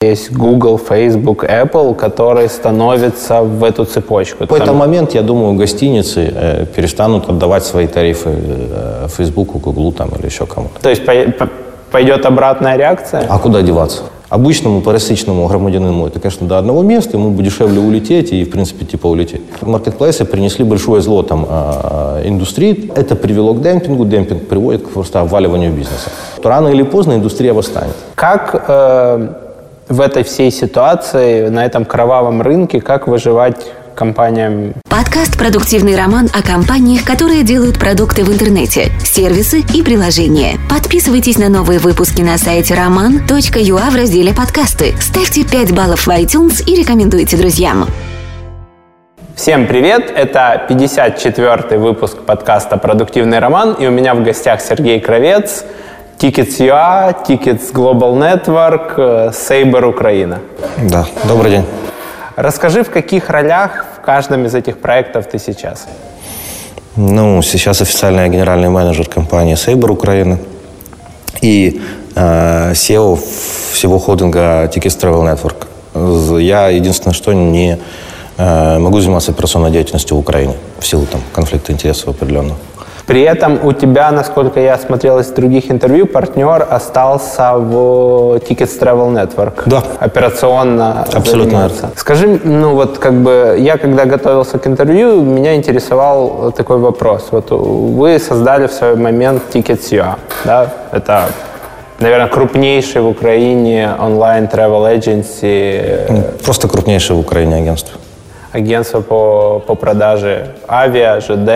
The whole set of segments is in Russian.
есть Google, Facebook, Apple, которые становятся в эту цепочку. В какой-то момент, я думаю, гостиницы перестанут отдавать свои тарифы Фейсбуку, Гуглу там, или еще кому-то. То есть пойдет обратная реакция? А куда деваться? Обычному пересечному громадянину это, конечно, до одного места, ему бы дешевле улететь и, в принципе, типа улететь. Маркетплейсы принесли большое зло там, индустрии. Это привело к демпингу. Демпинг приводит к просто обваливанию бизнеса. Рано или поздно индустрия восстанет. Как в этой всей ситуации, на этом кровавом рынке, как выживать компаниям? Подкаст «Продуктивный роман» о компаниях, которые делают продукты в интернете, сервисы и приложения. Подписывайтесь на новые выпуски на сайте roman.ua в разделе «Подкасты». Ставьте 5 баллов в iTunes и рекомендуйте друзьям. Всем привет! Это 54-й выпуск подкаста «Продуктивный роман», и у меня в гостях Сергей Кравец, Tickets.ua, Tickets Global Network, Sabre Украина. Да, добрый день. Расскажи, в каких ролях в каждом из этих проектов ты сейчас? Ну, сейчас официальный генеральный менеджер компании Sabre Украина и SEO всего холдинга Tickets Travel Network. Я единственное, что не могу заниматься операционной деятельностью в Украине в силу там, конфликта интересов определенного. При этом у тебя, насколько я смотрел из других интервью, партнер остался в Tickets Travel Network. Да. Операционно абсолютно заниматься. Скажи, ну вот как бы я когда готовился к интервью, меня интересовал такой вопрос. Вот вы создали в свой момент Tickets.ua, да? Это, наверное, крупнейший в Украине онлайн travel agency. Просто крупнейшее в Украине агентство. Агентство по продаже авиа, ЖД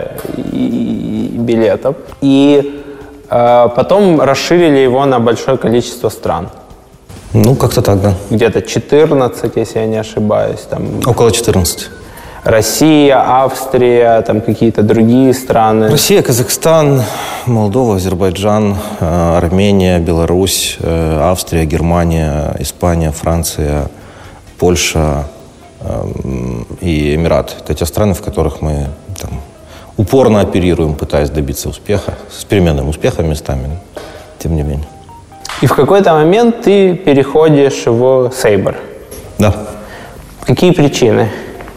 и билетов. И потом расширили его на большое количество стран. Ну, как-то так, да. Где-то 14, если я не ошибаюсь. Там около 14. Россия, Австрия, там какие-то другие страны. Россия, Казахстан, Молдова, Азербайджан, Армения, Беларусь, Австрия, Германия, Испания, Франция, Польша и Эмираты. Это те страны, в которых мы там, упорно оперируем, пытаясь добиться успеха, с переменным успехом местами, но тем не менее. И в какой-то момент ты переходишь в Sabre. Да. Какие причины?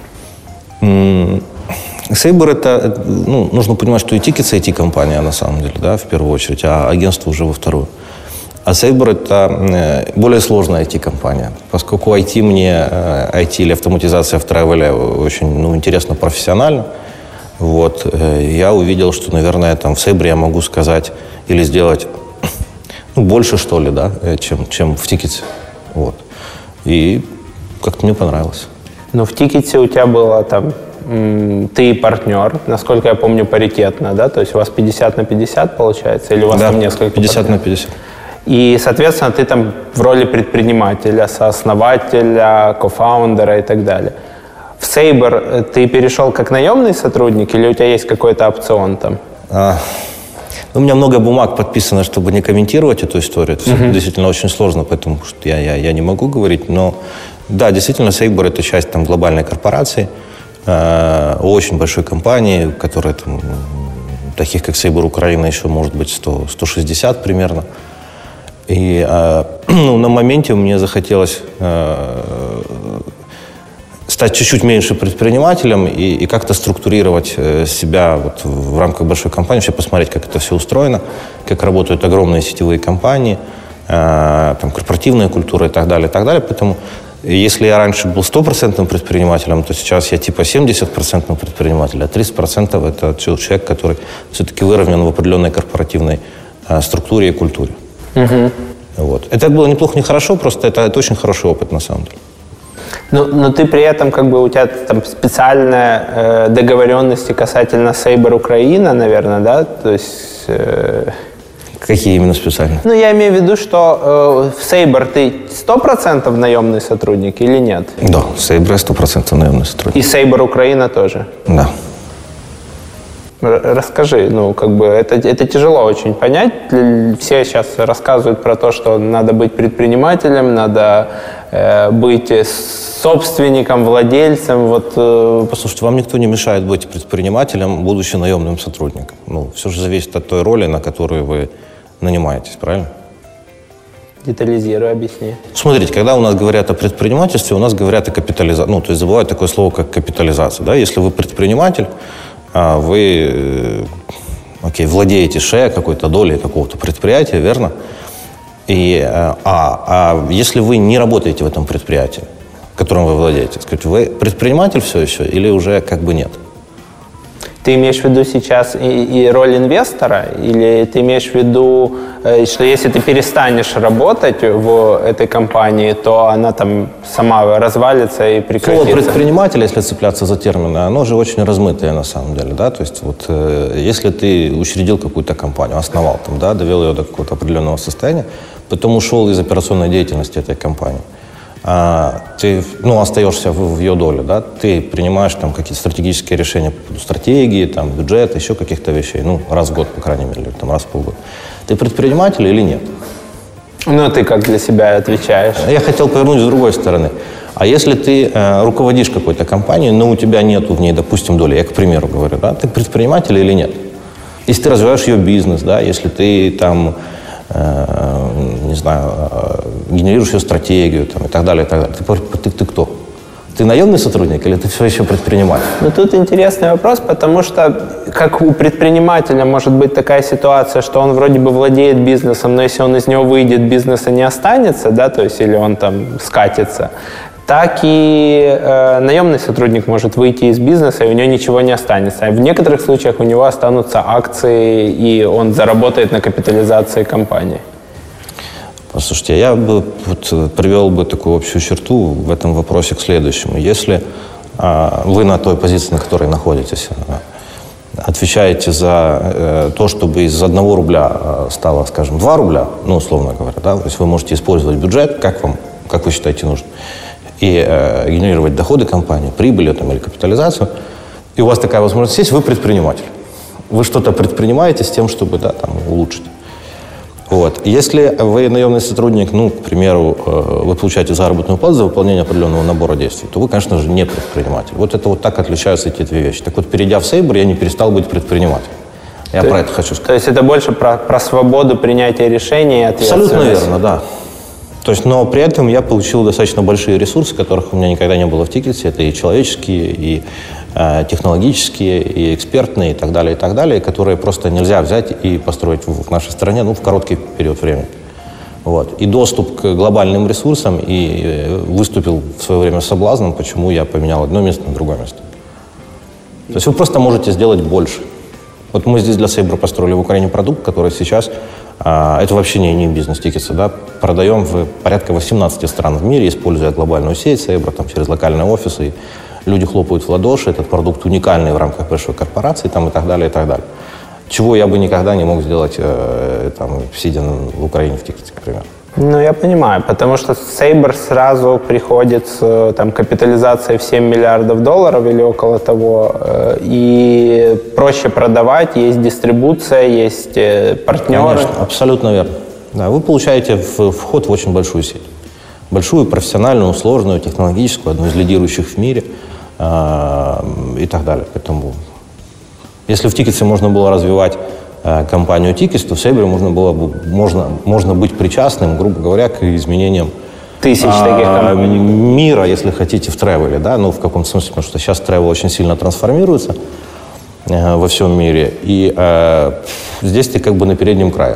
Sabre это, ну, нужно понимать, что и Tickets IT-компания на самом деле, да, в первую очередь, а агентство уже во вторую. А Sabre это более сложная IT-компания, поскольку IT или автоматизация в тревеле очень интересно профессионально. Вот, я увидел, что, наверное, там в Sabre я могу сказать или сделать больше, что ли, да, чем в Tickets. Вот. И как-то мне понравилось. Но в Tickets у тебя было там ты и партнер, насколько я помню, паритетно, да? То есть у вас 50/50 получается? Или у вас там несколько 50/50. И, соответственно, ты там в роли предпринимателя, сооснователя, кофаундера и так далее. В Sabre ты перешел как наемный сотрудник или у тебя есть какой-то опцион там? У меня много бумаг подписано, чтобы не комментировать эту историю. Это действительно очень сложно, поэтому что я не могу говорить. Но да, действительно, Sabre это часть там, глобальной корпорации, очень большой компании, которая там, таких как Sabre Украина еще может быть 160 примерно. И на моменте мне захотелось стать чуть-чуть меньше предпринимателем и как-то структурировать себя вот в рамках большой компании, вообще посмотреть, как это все устроено, как работают огромные сетевые компании, там, корпоративная культура и так далее, и так далее. Поэтому если я раньше был 100% предпринимателем, то сейчас я типа 70% предприниматель, а 30% это человек, который все-таки выровнен в определенной корпоративной структуре и культуре. Вот. Это было неплохо, не хорошо, просто это очень хороший опыт на самом деле. Но ты при этом, как бы, у тебя там специальная договоренности касательно Sabre Украина, наверное, да? То есть... Какие именно специальные? Ну, я имею в виду, что в Sabre ты 100% наемный сотрудник или нет? Да, в Sabre 100% наемный сотрудник. И Sabre Украина тоже? Да. Расскажи, ну, как бы, это тяжело очень понять. Все сейчас рассказывают про то, что надо быть предпринимателем, надо быть собственником, владельцем. Вот. Послушайте, вам никто не мешает быть предпринимателем, будучи наемным сотрудником. Ну, все же зависит от той роли, на которую вы нанимаетесь, правильно? Детализируй, объясни. Смотрите, когда у нас говорят о предпринимательстве, у нас говорят о капитализации. Ну, то есть забывают такое слово, как капитализация. Да? Если вы предприниматель, вы владеете какой-то долей какого-то предприятия, верно? А если вы не работаете в этом предприятии, которым вы владеете, скажите, вы предприниматель все еще или уже как бы нет? Ты имеешь в виду сейчас и роль инвестора, или ты имеешь в виду, что если ты перестанешь работать в этой компании, то она там сама развалится и прекратится? Слово предприниматель, если цепляться за термины, оно же очень размытое на самом деле, да, то есть вот если ты учредил какую-то компанию, основал там, да, довел ее до какого-то определенного состояния, потом ушел из операционной деятельности этой компании, ты, остаешься в ее доле, да, ты принимаешь там какие-то стратегические решения по поводу стратегии, там, бюджета, еще каких-то вещей, раз в год, по крайней мере, или там раз в полгода. Ты предприниматель или нет? Ты как для себя отвечаешь? Я хотел повернуть с другой стороны. А если ты руководишь какой-то компанией, но у тебя нету в ней, допустим, доли, я к примеру говорю, да, ты предприниматель или нет? Если ты развиваешь ее бизнес, да, если ты там не знаю, генерируешь ее стратегию там, и так далее, и так далее. Ты кто? Ты наемный сотрудник или ты все еще предприниматель? Тут интересный вопрос, потому что как у предпринимателя может быть такая ситуация, что он вроде бы владеет бизнесом, но если он из него выйдет, бизнеса не останется, да, то есть или он там скатится, так и наемный сотрудник может выйти из бизнеса, и у него ничего не останется. А в некоторых случаях у него останутся акции, и он заработает на капитализации компании. Послушайте, я бы привел бы такую общую черту в этом вопросе к следующему. Если вы на той позиции, на которой находитесь, отвечаете за то, чтобы из 1 рубля стало, скажем, 2 рубля, условно говоря, да, то есть вы можете использовать бюджет, как вы считаете нужно, и генерировать доходы компании, прибыль там, или капитализацию, и у вас такая возможность есть, вы предприниматель. Вы что-то предпринимаете с тем, чтобы там, улучшить. Вот. Если вы наемный сотрудник, к примеру, вы получаете заработную плату за выполнение определенного набора действий, то вы, конечно же, не предприниматель. Вот это вот так отличаются эти две вещи. Так вот, перейдя в Sabre, я не перестал быть предпринимателем. Я про это хочу сказать. То есть это больше про свободу принятия решений и ответственность? Абсолютно верно, да. То есть, но при этом я получил достаточно большие ресурсы, которых у меня никогда не было в Тикете. Это и человеческие, и технологические, и экспертные, и так далее, которые просто нельзя взять и построить в нашей стране в короткий период времени. Вот. И доступ к глобальным ресурсам и выступил в свое время соблазном, почему я поменял одно место на другое место. То есть вы просто можете сделать больше. Вот мы здесь для Sabre построили в Украине продукт, который сейчас, это вообще не бизнес Tickets, да, продаем в порядка 18 стран в мире, используя глобальную сеть Sabre там, через локальные офисы. И люди хлопают в ладоши, этот продукт уникальный в рамках большой корпорации там, и так далее, и так далее. Чего я бы никогда не мог сделать, сидя в Украине в Tickets, к примеру. Я понимаю, потому что Sabre сразу приходит с капитализацией в $7 миллиардов или около того, и проще продавать, есть дистрибуция, есть партнеры. Конечно, абсолютно верно. Да, вы получаете вход в очень большую сеть. Большую, профессиональную, сложную, технологическую, одну из лидирующих в мире и так далее. Поэтому, если в Tickets можно было развивать компанию Tickets, то в Sabre можно быть причастным, грубо говоря, к изменениям тысяч таких компаний. Мира, если хотите, в тревеле, да, в каком-то смысле, потому что сейчас тревел очень сильно трансформируется во всем мире, и здесь ты как бы на переднем крае.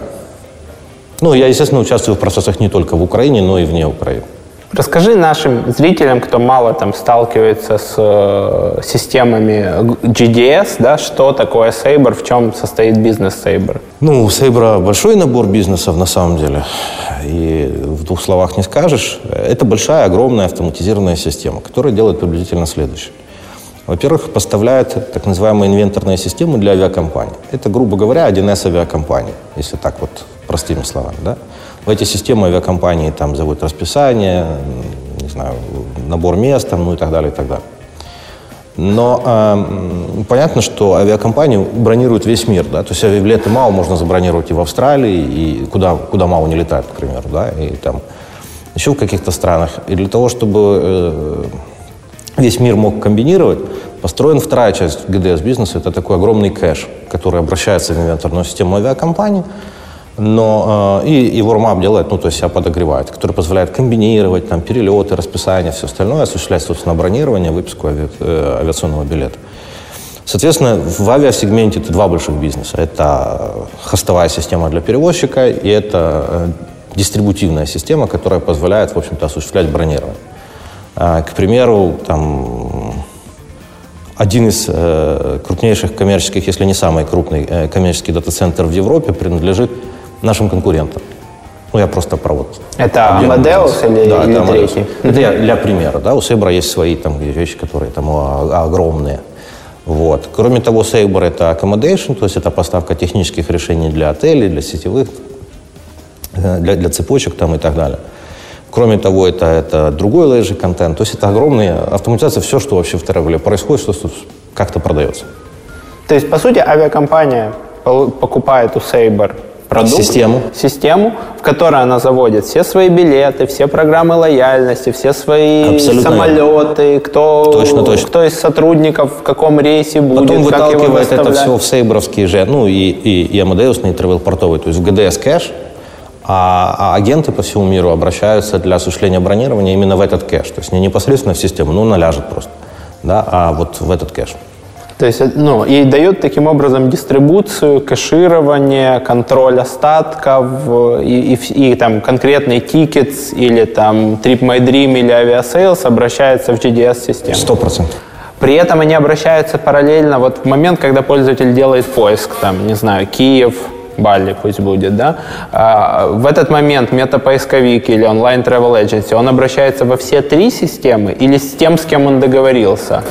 Я, естественно, участвую в процессах не только в Украине, но и вне Украины. Расскажи нашим зрителям, кто мало сталкивается с системами GDS, да, что такое Sabre, в чем состоит бизнес Sabre? У Sabre большой набор бизнесов на самом деле, и в 2 словах не скажешь. Это большая, огромная автоматизированная система, которая делает приблизительно следующее. Во-первых, поставляет так называемые инвенторные системы для авиакомпаний. Это, грубо говоря, 1С авиакомпаний, если так вот простыми словами, да. В эти системы авиакомпании там заводят расписание, не знаю, набор мест и так далее, и так далее. Но понятно, что авиакомпании бронируют весь мир, да, то есть авиабилеты МАУ можно забронировать и в Австралии, и куда МАУ не летает, к примеру, да, и там еще в каких-то странах. И для того, чтобы весь мир мог комбинировать, построена вторая часть GDS бизнеса, это такой огромный кэш, который обращается в инвенторную систему авиакомпании, Но и warm-up делает, ну, то есть себя подогревает, который позволяет комбинировать там, перелеты, расписание, все остальное, осуществлять, собственно, бронирование, выписку авиационного билета. Соответственно, в авиасегменте это два больших бизнеса. Это хостовая система для перевозчика и это дистрибутивная система, которая позволяет, в общем-то, осуществлять бронирование. К примеру, там, один из крупнейших коммерческих, если не самый крупный коммерческий дата-центр в Европе принадлежит нашим конкурентам. Ну, я просто про вот... Это Amadeus или третий? Для примера, да, у Sabre есть свои там вещи, которые там огромные. Вот. Кроме того, Sabre — это accommodation, то есть это поставка технических решений для отелей, для сетевых, для цепочек там и так далее. Кроме того, это другой leisure контент, то есть это огромная автоматизация, все, что вообще в travel происходит, что как-то продается. То есть, по сути, авиакомпания покупает у Sabre продукт, систему, в которой она заводит все свои билеты, все программы лояльности, все свои абсолютно самолеты, кто из сотрудников в каком рейсе будет, потом как его выталкивает это доставлять. все в сейбровские же, ну и Amadeus, travel-портовый, то есть в GDS кэш, а агенты по всему миру обращаются для осуществления бронирования именно в этот кэш, то есть не непосредственно в систему, ну наляжет просто, да, а вот в этот кэш. То есть, ну, и дает таким образом дистрибуцию, кэширование, контроль остатков и там конкретный тикет или там Trip My Dream или Aviasales обращается в GDS-систему. 100%. При этом они обращаются параллельно вот в момент, когда пользователь делает поиск, там, не знаю, Киев, Бали пусть будет, да, в этот момент метапоисковик или онлайн travel agency, он обращается во все три системы или с тем, с кем он договорился?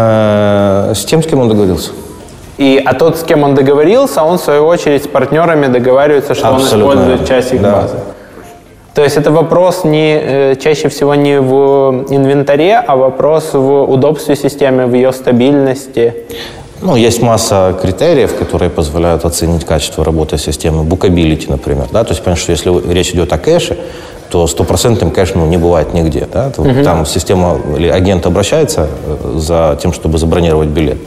С тем, с кем он договорился. А тот, с кем он договорился, он в свою очередь с партнерами договаривается, что абсолютно он использует часть их базы. То есть это вопрос чаще всего не в инвентаре, а вопрос в удобстве системы, в ее стабильности. Ну, есть масса критериев, которые позволяют оценить качество работы системы. Bookability, например. Да? То есть, понятно, что если речь идет о кэше, то 100% кэш не бывает нигде. Да? Там система или агент обращается за тем, чтобы забронировать билет,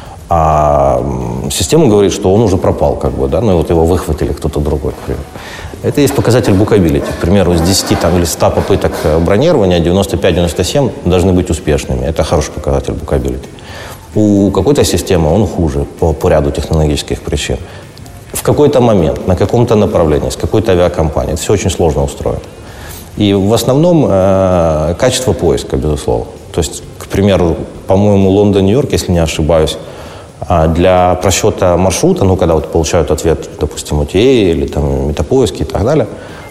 а система говорит, что он уже пропал, как бы, да? Ну, и вот его выхватили кто-то другой, к примеру. Это есть показатель bookability. К примеру, из 10 там, или 100 попыток бронирования 95-97 должны быть успешными. Это хороший показатель bookability. У какой-то системы он хуже по ряду технологических причин. В какой-то момент, на каком-то направлении, с какой-то авиакомпанией. Это все очень сложно устроено. И в основном качество поиска, безусловно. То есть, к примеру, по-моему, Лондон-Нью-Йорк, если не ошибаюсь, для просчета маршрута, ну, когда вот получают ответ, допустим, OTA или там метапоиски и так далее,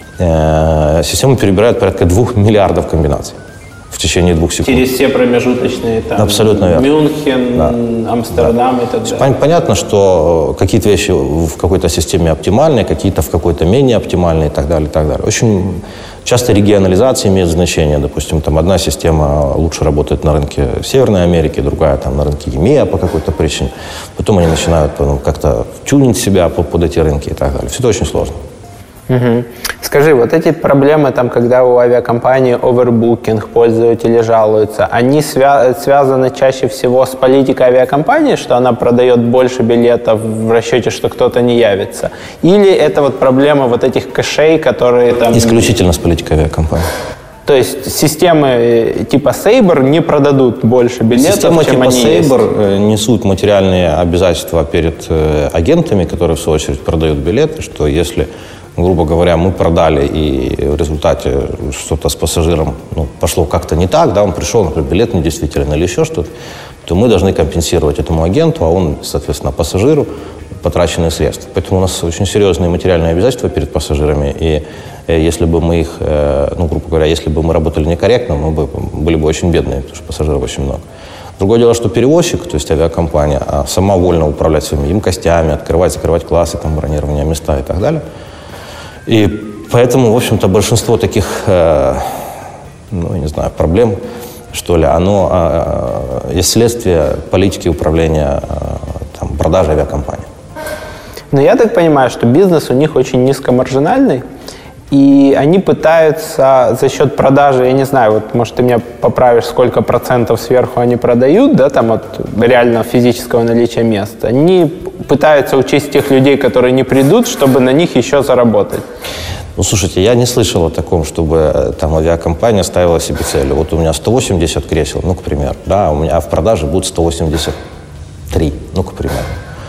система перебирает порядка 2 миллиардов комбинаций в течение 2 секунд. Через все промежуточные там, абсолютно верно. Мюнхен, да. Амстердам и так далее. Понятно, что какие-то вещи в какой-то системе оптимальные, какие-то в какой-то менее оптимальные и так далее, и так далее. Очень часто регионализация имеет значение. Допустим, там одна система лучше работает на рынке Северной Америки, другая там на рынке EMEA по какой-то причине. Потом они начинают как-то тюнить себя под эти рынки и так далее. Все это очень сложно. Угу. Скажи, вот эти проблемы, там, когда у авиакомпании овербукинг, пользователи жалуются, они связаны чаще всего с политикой авиакомпании, что она продает больше билетов в расчете, что кто-то не явится? Или это вот проблема вот этих кэшей, которые там... Исключительно с политикой авиакомпании. То есть системы типа Sabre не продадут больше билетов, системы чем типа они Sabre несут материальные обязательства перед агентами, которые в свою очередь продают билеты, что если... грубо говоря, мы продали, и в результате что-то с пассажиром пошло как-то не так, да, он пришел, например, билет недействителен или еще что-то, то мы должны компенсировать этому агенту, а он, соответственно, пассажиру потраченные средства. Поэтому у нас очень серьезные материальные обязательства перед пассажирами, и если бы мы их, грубо говоря, если бы мы работали некорректно, мы бы были бы очень бедные, потому что пассажиров очень много. Другое дело, что перевозчик, то есть авиакомпания, сама вольно управлять своими емкостями, открывать, закрывать классы, там, бронирование места и так далее. И поэтому, в общем-то, большинство таких, проблем, что ли, оно есть следствие политики управления продажей авиакомпаний. Но я так понимаю, что бизнес у них очень низкомаржинальный, И они пытаются за счет продажи, я не знаю, вот, может, ты меня поправишь, сколько процентов сверху они продают, да, там от реально физического наличия места. Они пытаются учесть тех людей, которые не придут, чтобы на них еще заработать. Ну, слушайте, я не слышал о таком, чтобы там авиакомпания ставила себе целью. Вот у меня 180 кресел, ну, к примеру, да, у меня в продаже будет 183, ну, к примеру.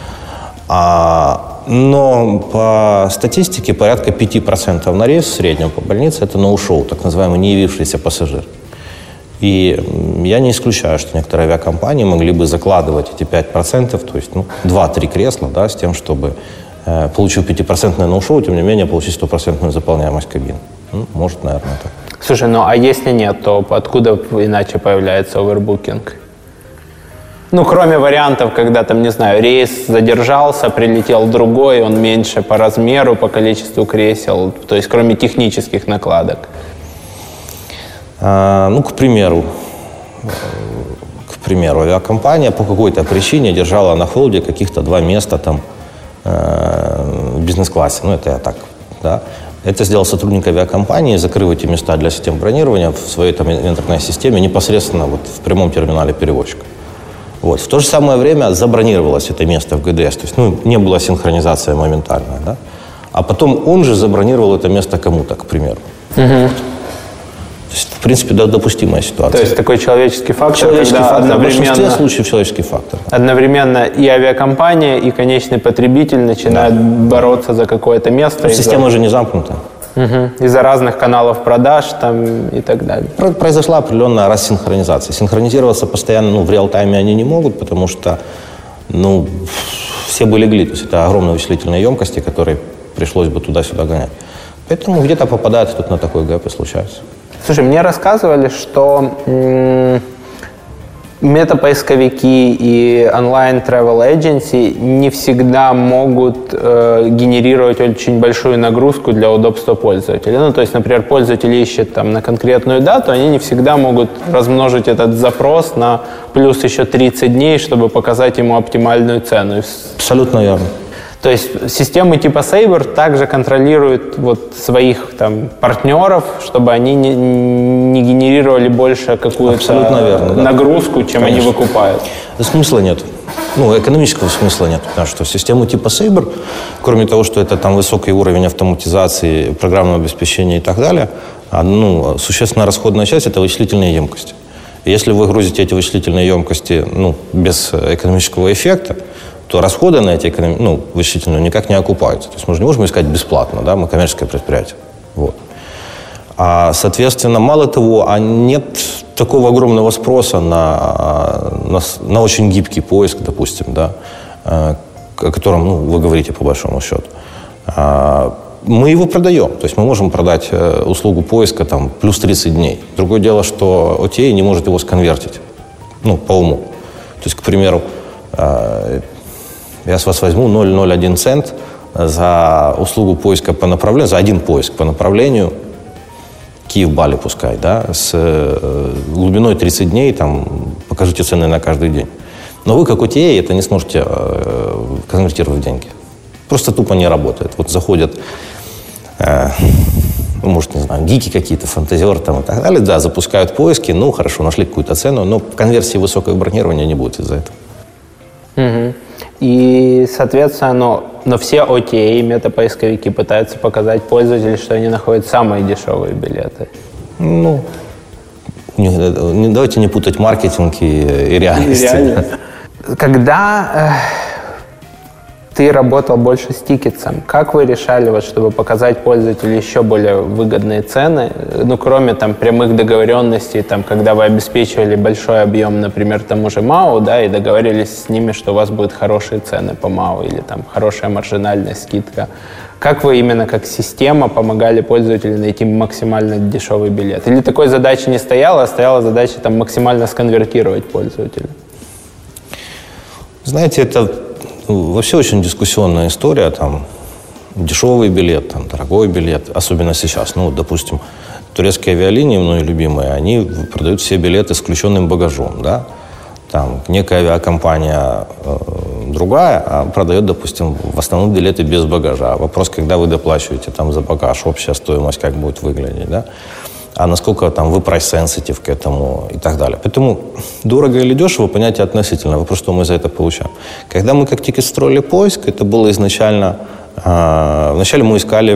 Но по статистике порядка 5% на рейс в среднем по больнице – это ноу-шоу, так называемый не явившийся пассажир. И я не исключаю, что некоторые авиакомпании могли бы закладывать эти 5%, то есть 2-3 кресла, да, с тем, чтобы, получив 5% ноу-шоу, тем не менее, получить 100% заполняемость кабин. Ну, может, наверное, так. Слушай, ну а если нет, то откуда иначе появляется овербукинг? Ну, кроме вариантов, когда там, не знаю, рейс задержался, прилетел другой, он меньше по размеру, по количеству кресел, то есть кроме технических накладок. Ну, к примеру, авиакомпания по какой-то причине держала на холде каких-то 2 места там в бизнес-классе, ну, это я так, да. Это сделал сотрудник авиакомпании, закрыв эти места для систем бронирования в своей там интернет-системе непосредственно вот в прямом терминале перевозчика. Вот. В то же самое время забронировалось это место в ГДС, то есть не была синхронизация моментальная, да? А потом он же забронировал это место кому-то, к примеру. Угу. То есть, в принципе, допустимая ситуация. То есть такой человеческий фактор, человеческий когда фактор, одновременно, в большинстве случаев человеческий фактор. Одновременно и авиакомпания, и конечный потребитель начинают бороться за какое-то место. Система же не замкнута. Угу. Из-за разных каналов продаж там, и так далее. Произошла определенная рассинхронизация. Синхронизироваться постоянно в реал-тайме они не могут, потому что все бы легли. То есть это огромные вычислительные емкости, которые пришлось бы туда-сюда гонять. Поэтому где-то попадает тут на такой гэп и случается. Слушай, мне рассказывали, что метапоисковики и онлайн-travel agency не всегда могут генерировать очень большую нагрузку для удобства пользователя. Ну, то есть, например, пользователь ищет там на конкретную дату, они не всегда могут размножить этот запрос на плюс еще 30 дней, чтобы показать ему оптимальную цену. Абсолютно верно. То есть системы типа Sabre также контролируют вот своих там партнеров, чтобы они не генерировали больше какую-то нагрузку, чем они выкупают. Смысла нет. Экономического смысла нет. Потому что систему типа Sabre, кроме того, что это там высокий уровень автоматизации, программного обеспечения и так далее, существенная расходная часть – это вычислительные емкости. И если вы грузите эти вычислительные емкости без экономического эффекта, то расходы на эти вычислительные никак не окупаются. То есть мы же не можем искать бесплатно, да, мы коммерческое предприятие. Вот. Соответственно, мало того, нет такого огромного спроса на очень гибкий поиск, допустим, да, о котором вы говорите по большому счету. Мы его продаем. То есть мы можем продать услугу поиска там, плюс 30 дней. Другое дело, что OTA не может его сконвертить по уму. То есть, к примеру, я с вас возьму 0,01 цент за услугу поиска по направлению, за один поиск по направлению Киев-Бали, пускай, да, с глубиной 30 дней, там, покажите цены на каждый день. Но вы, как OTA, это не сможете конвертировать в деньги. Просто тупо не работает. Вот заходят, может, не знаю, гики какие-то, фантазеры там и так далее, да, запускают поиски, хорошо, нашли какую-то цену, но конверсии высокого бронирования не будет из-за этого. Угу. И, соответственно, но все OTA, метапоисковики пытаются показать пользователю, что они находят самые дешевые билеты. Давайте не путать маркетинг и реальность. Когда ты работал больше с тикетсом, как вы решали, чтобы показать пользователю еще более выгодные цены, кроме там прямых договоренностей, там, когда вы обеспечивали большой объем, например, тому же МАУ, да, и договорились с ними, что у вас будут хорошие цены по МАУ или там хорошая маржинальная скидка. Как вы именно как система помогали пользователю найти максимально дешевый билет? Или такой задачи не стояло, а стояла задача там максимально сконвертировать пользователя? Знаете, это вообще очень дискуссионная история, там, дешевый билет, там, дорогой билет, особенно сейчас. Допустим, турецкие авиалинии, мною любимые, они продают все билеты с включенным багажом, да. Там некая авиакомпания другая, а продает, допустим, в основном билеты без багажа. Вопрос, когда вы доплачиваете там за багаж, общая стоимость как будет выглядеть, да? А насколько там вы прайс-сенситив к этому и так далее. Поэтому дорого или дешево понятие относительно. Вопрос, что мы за это получаем. Когда мы как тикет строили поиск, это было изначально... Вначале мы искали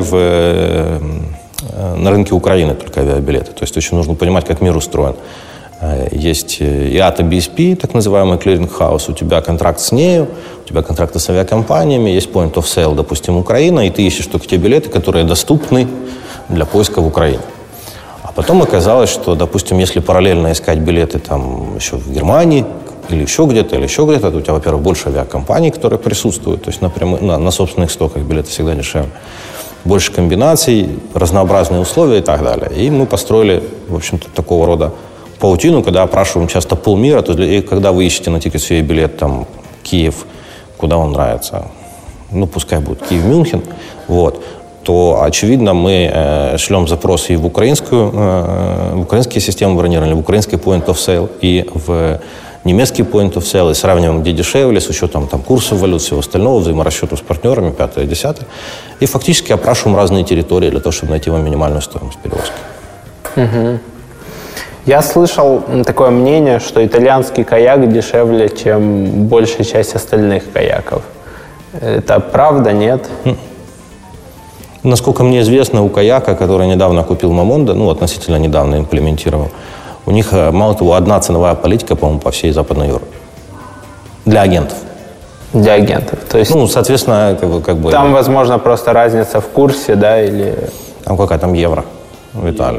на рынке Украины только авиабилеты. То есть очень нужно понимать, как мир устроен. Есть IATA BSP, так называемый клиринг-хаус, у тебя контракт с нею, у тебя контракты с авиакомпаниями, есть point of sale, допустим, Украина, и ты ищешь только те билеты, которые доступны для поиска в Украине. А потом оказалось, что, допустим, если параллельно искать билеты там еще в Германии или еще где-то, то у тебя, во-первых, больше авиакомпаний, которые присутствуют, то есть на собственных стоках билеты всегда дешевле, больше комбинаций, разнообразные условия и так далее. И мы построили, в общем-то, такого рода паутину, когда опрашиваем часто полмира, то есть, когда вы ищете на тикет.ua билет там Киев, куда вам нравится, ну, пускай будет Киев-Мюнхен, вот, то, очевидно, мы шлем запросы и в украинские системы бронирования, в украинский point of sale, и в немецкий point of sale, и сравниваем, где дешевле, с учетом там, курсов валют, всего остального, взаиморасчетов с партнерами, 5-е, 10-е, и фактически опрашиваем разные территории для того, чтобы найти вам минимальную стоимость перевозки. Угу. Я слышал такое мнение, что итальянский каяк дешевле, чем большая часть остальных каяков. Это правда, нет? Насколько мне известно, у каяка, который недавно купил Мамондо, ну, относительно недавно имплементировал, у них, мало того, одна ценовая политика, по-моему, по всей Западной Европе. Для агентов. Для агентов. То есть, ну, соответственно, как бы... Там, возможно, просто разница в курсе, да, или... Там какая там евро в Италии.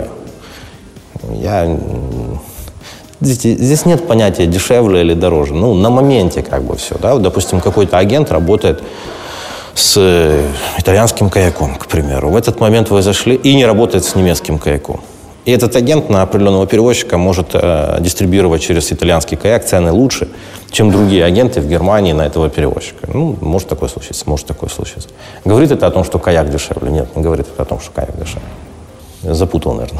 Здесь нет понятия дешевле или дороже. Ну, на моменте как бы все, да. Допустим, какой-то агент работает с итальянским каяком, к примеру. В этот момент вы зашли и не работает с немецким каяком. И этот агент на определенного перевозчика может дистрибьюировать через итальянский каяк цены лучше, чем другие агенты в Германии на этого перевозчика. Ну, может такое случиться, может такое случиться. Говорит это о том, что каяк дешевле? Нет, не говорит это о том, что каяк дешевле. Запутал, наверное.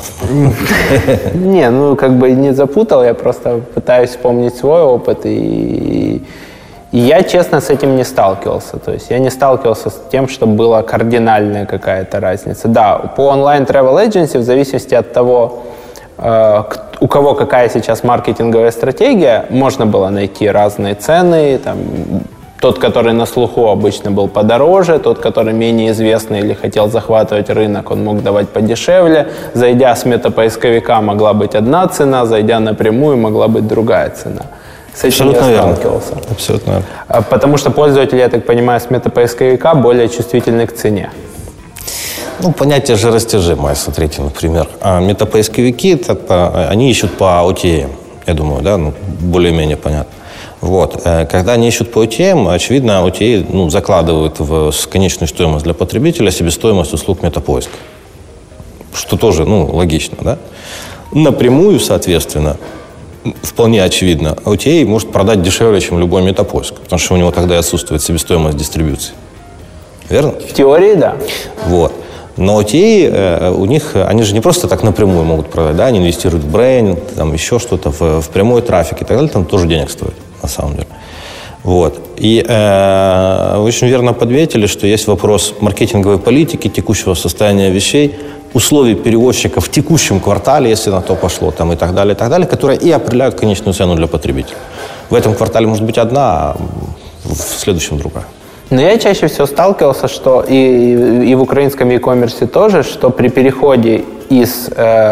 Не, ну как бы не запутал, я просто пытаюсь вспомнить свой опыт, и я, честно, с этим не сталкивался. То есть я не сталкивался с тем, что была кардинальная какая-то разница. Да, по онлайн travel agency, в зависимости от того, у кого какая сейчас маркетинговая стратегия, можно было найти разные цены, там, тот, который на слуху, обычно был подороже, тот, который менее известный или хотел захватывать рынок, он мог давать подешевле. Зайдя с метапоисковика, могла быть одна цена, зайдя напрямую, могла быть другая цена. С этим я сталкивался. Абсолютно верно. Потому что пользователи, я так понимаю, с метапоисковика более чувствительны к цене. Ну, понятие же растяжимое. Смотрите, например, метапоисковики, они ищут по OTA, я думаю, да, ну, более-менее понятно. Вот. Когда они ищут по OTA, очевидно, OTA закладывают в конечную стоимость для потребителя себестоимость услуг метапоиска. Что тоже, логично, да? Напрямую, соответственно, вполне очевидно, OTA может продать дешевле, чем любой метапоиск, потому что у него тогда отсутствует себестоимость дистрибьюции. Верно? В теории, да. Вот. Но OTA, у них, они же не просто так напрямую могут продать, да, они инвестируют в бренд, там еще что-то, в прямой трафик и так далее, там тоже денег стоит, на самом деле. Вот. И очень верно подметили, что есть вопрос маркетинговой политики, текущего состояния вещей, условий перевозчика в текущем квартале, если на то пошло, там, и так далее, которые и определяют конечную цену для потребителя. В этом квартале может быть одна, а в следующем другая. Но я чаще всего сталкивался, что и в украинском e-commerce тоже, что при переходе из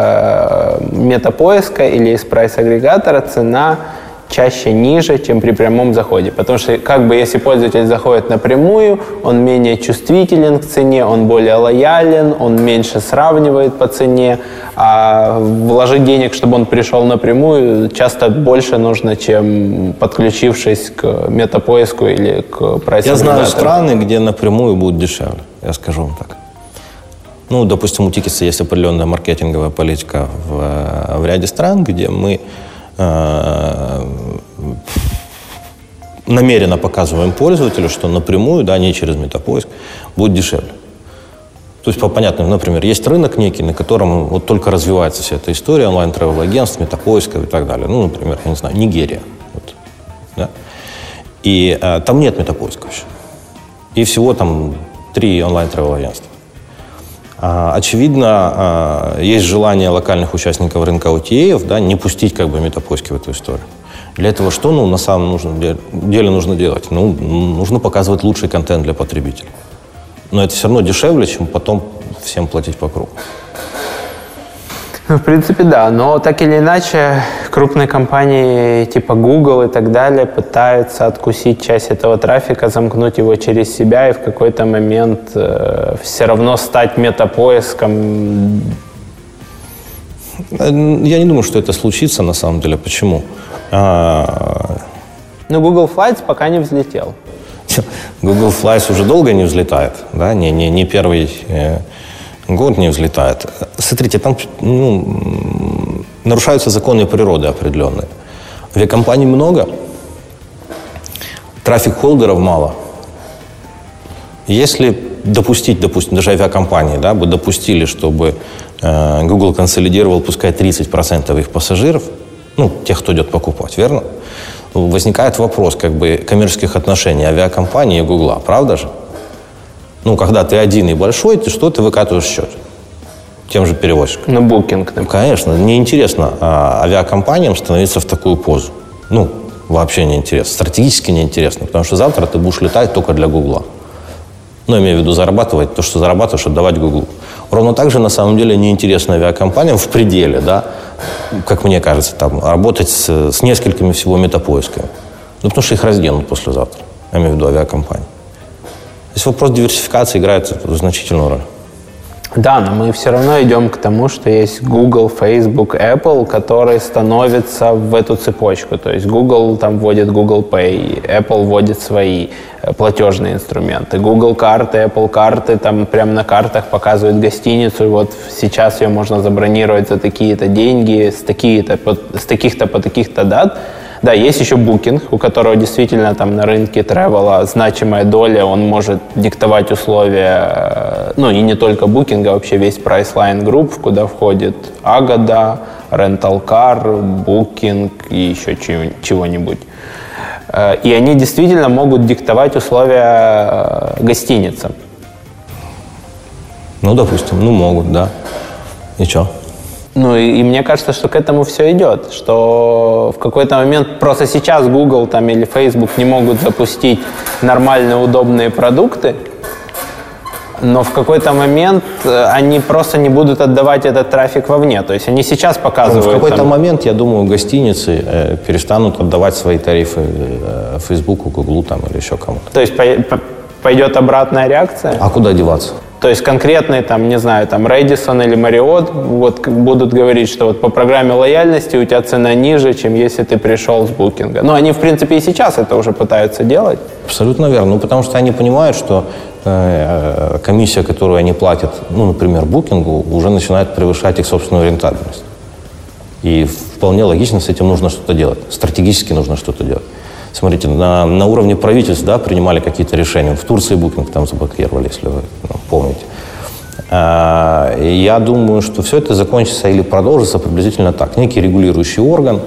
метапоиска или из прайс-агрегатора цена чаще ниже, чем при прямом заходе. Потому что, если пользователь заходит напрямую, он менее чувствителен к цене, он более лоялен, он меньше сравнивает по цене, а вложить денег, чтобы он пришел напрямую, часто больше нужно, чем подключившись к метапоиску или к прайс-агрегатору. Я знаю страны, где напрямую будет дешевле, я скажу вам так. Допустим, у Тикетса есть определенная маркетинговая политика в ряде стран, где мы намеренно показываем пользователю, что напрямую, да, не через метапоиск, будет дешевле. То есть, понятно, например, есть рынок некий, на котором вот только развивается вся эта история онлайн-тревел-агентств, метапоисков и так далее. Например, я не знаю, Нигерия. Вот, да? И там нет метапоиска вообще. И всего там 3 онлайн-тревел-агентства. Очевидно, есть желание локальных участников рынка OTA, да, не пустить как бы метапоиски в эту историю. Для этого что на самом деле нужно делать? Нужно показывать лучший контент для потребителя. Но это все равно дешевле, чем потом всем платить по кругу. В принципе, да. Но так или иначе, крупные компании типа Google и так далее пытаются откусить часть этого трафика, замкнуть его через себя и в какой-то момент все равно стать метапоиском. Я не думаю, что это случится на самом деле. Почему? Google Flights пока не взлетел. Google Flights уже долго не взлетает, да? Не первый год не взлетает. Смотрите, там нарушаются законы природы определенные. Авиакомпаний много, трафик-холдеров мало. Если допустим, даже авиакомпании, да, бы допустили, чтобы Google консолидировал, пускай 30% их пассажиров, тех, кто идет покупать, верно? Возникает вопрос как бы коммерческих отношений авиакомпании и Гугла, правда же? Когда ты один и большой, ты выкатываешь счет тем же перевозчикам. На Booking. Конечно, неинтересно авиакомпаниям становиться в такую позу. Вообще неинтересно. Стратегически неинтересно, потому что завтра ты будешь летать только для Гугла. Имею в виду зарабатывать то, что зарабатываешь, отдавать Гуглу. Ровно так же, на самом деле, неинтересно авиакомпаниям в пределе, да, как мне кажется, там, работать с несколькими всего метапоисками. Потому что их разденут послезавтра. Я имею в виду авиакомпании. Здесь вопрос диверсификации играет значительную роль. Да, но мы все равно идем к тому, что есть Google, Facebook, Apple, которые становятся в эту цепочку. То есть Google там вводит Google Pay, Apple вводит свои платежные инструменты. Google карты, Apple карты, там прямо на картах показывают гостиницу, и вот сейчас ее можно забронировать за такие-то деньги, с таких-то по таких-то дат. Да, есть еще Booking, у которого действительно там на рынке тревела значимая доля, он может диктовать условия, и не только Booking, а вообще весь Priceline Group, куда входит Agoda, Rental Car, Booking и еще чего-нибудь. И они действительно могут диктовать условия гостиницам. Допустим, могут, да. И что? И мне кажется, что к этому все идет, что в какой-то момент просто сейчас Google там, или Facebook не могут запустить нормальные, удобные продукты, но в какой-то момент они просто не будут отдавать этот трафик вовне. То есть они сейчас показывают... В какой-то момент, я думаю, гостиницы перестанут отдавать свои тарифы Facebook, Google там, или еще кому-то. То есть пойдет обратная реакция? А куда деваться? То есть конкретные, Radisson или Marriott будут говорить, что по программе лояльности у тебя цена ниже, чем если ты пришел с букинга. Они, в принципе, и сейчас это уже пытаются делать. Абсолютно верно. Потому что они понимают, что комиссия, которую они платят, например, букингу, уже начинает превышать их собственную рентабельность. И вполне логично с этим нужно что-то делать. Стратегически нужно что-то делать. Смотрите, на уровне правительств, принимали какие-то решения. В Турции букинг там заблокировали, если вы помните. Я думаю, что все это закончится или продолжится приблизительно так. Некий регулирующий орган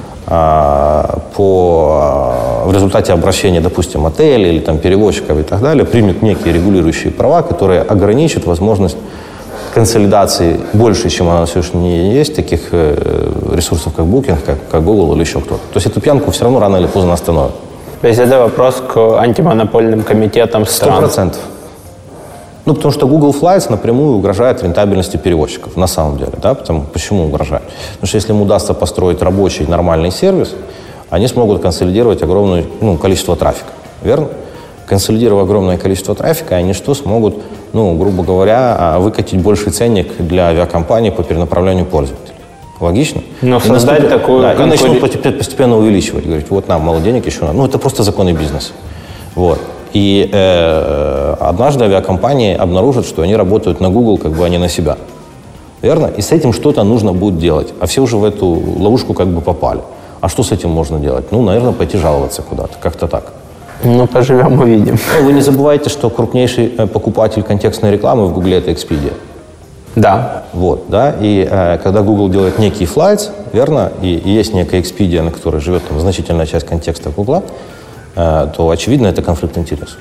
в результате обращения, допустим, отелей или перевозчиков и так далее, примет некие регулирующие права, которые ограничат возможность консолидации больше, чем она сегодня есть, таких ресурсов, как Booking, как Google или еще кто-то. То есть эту пьянку все равно рано или поздно остановят. То есть это вопрос к антимонопольным комитетам стран? 100%. Потому что Google Flights напрямую угрожает рентабельности перевозчиков, на самом деле. Да? Почему угрожает? Потому что если им удастся построить рабочий, нормальный сервис, они смогут консолидировать огромное количество трафика. Верно? Консолидируя огромное количество трафика, они смогут, грубо говоря, выкатить больший ценник для авиакомпаний по перенаправлению пользователей. Логично? Но создать такую... Да, и начнут постепенно увеличивать. Говорить, нам мало денег еще надо. Это просто законы бизнеса. И однажды авиакомпании обнаружат, что они работают на Google, а не на себя. Верно? И с этим что-то нужно будет делать. А все уже в эту ловушку попали. А что с этим можно делать? Наверное, пойти жаловаться куда-то. Как-то так. Поживем, увидим. Вы не забывайте, что крупнейший покупатель контекстной рекламы в Гугле – это Expedia. Да. И когда Google делает некий Flights, верно, и есть некая Expedia, на которой живет значительная часть контекста Гугла, то, очевидно, это конфликт интересов.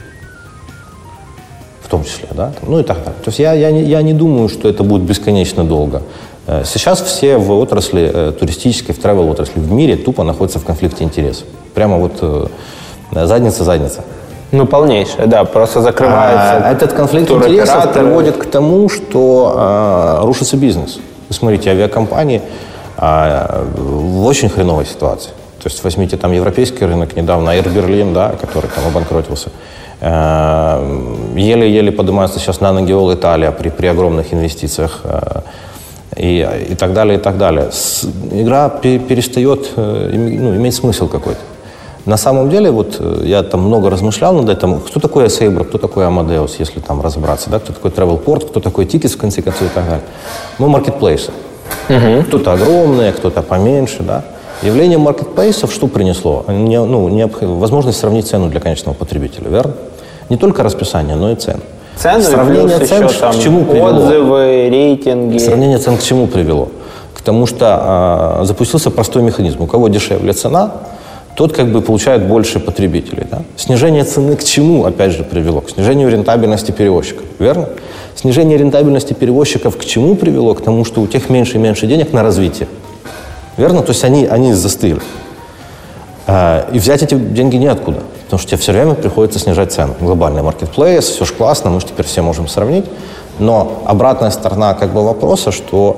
В том числе, да? Ну и так далее. То есть я не думаю, что это будет бесконечно долго. Сейчас все в отрасли туристической, в travel-отрасли в мире тупо находятся в конфликте интересов. Прямо вот задница. Ну, полнейшая, да, просто закрывается. Этот конфликт интересов приводит к тому, что рушится бизнес. Вы смотрите, авиакомпании в очень хреновой ситуации. То есть возьмите там европейский рынок, недавно Air Berlin, да, который там обанкротился. Еле-еле поднимается сейчас на ноги All Italia при огромных инвестициях. И так далее, и так далее. Игра перестает иметь смысл какой-то. На самом деле, вот я там много размышлял над этим, кто такой Sabre, кто такой Amadeus, если там разобраться, да, кто такой Travelport, кто такой Tickets в конце концов и так далее. Мы маркетплейсы. Кто-то огромные, кто-то поменьше, да. Явление маркетплейсов что принесло? Возможность сравнить цену для конечного потребителя, верно? Не только расписание, но и цену. Сравнение цен к чему привело? Отзывы, рейтинги. Сравнение цен к чему привело? К тому, что запустился простой механизм. У кого дешевле цена, тот как бы получает больше потребителей. Да? Снижение цены к чему, опять же, привело? К снижению рентабельности перевозчиков, верно? Снижение рентабельности перевозчиков к чему привело? К тому, что у тех меньше и меньше денег на развитие. Верно? То есть они застыли. И взять эти деньги неоткуда. Потому что тебе все время приходится снижать цену. Глобальный маркетплейс, все же классно, мы же теперь все можем сравнить. Но обратная сторона как бы вопроса, что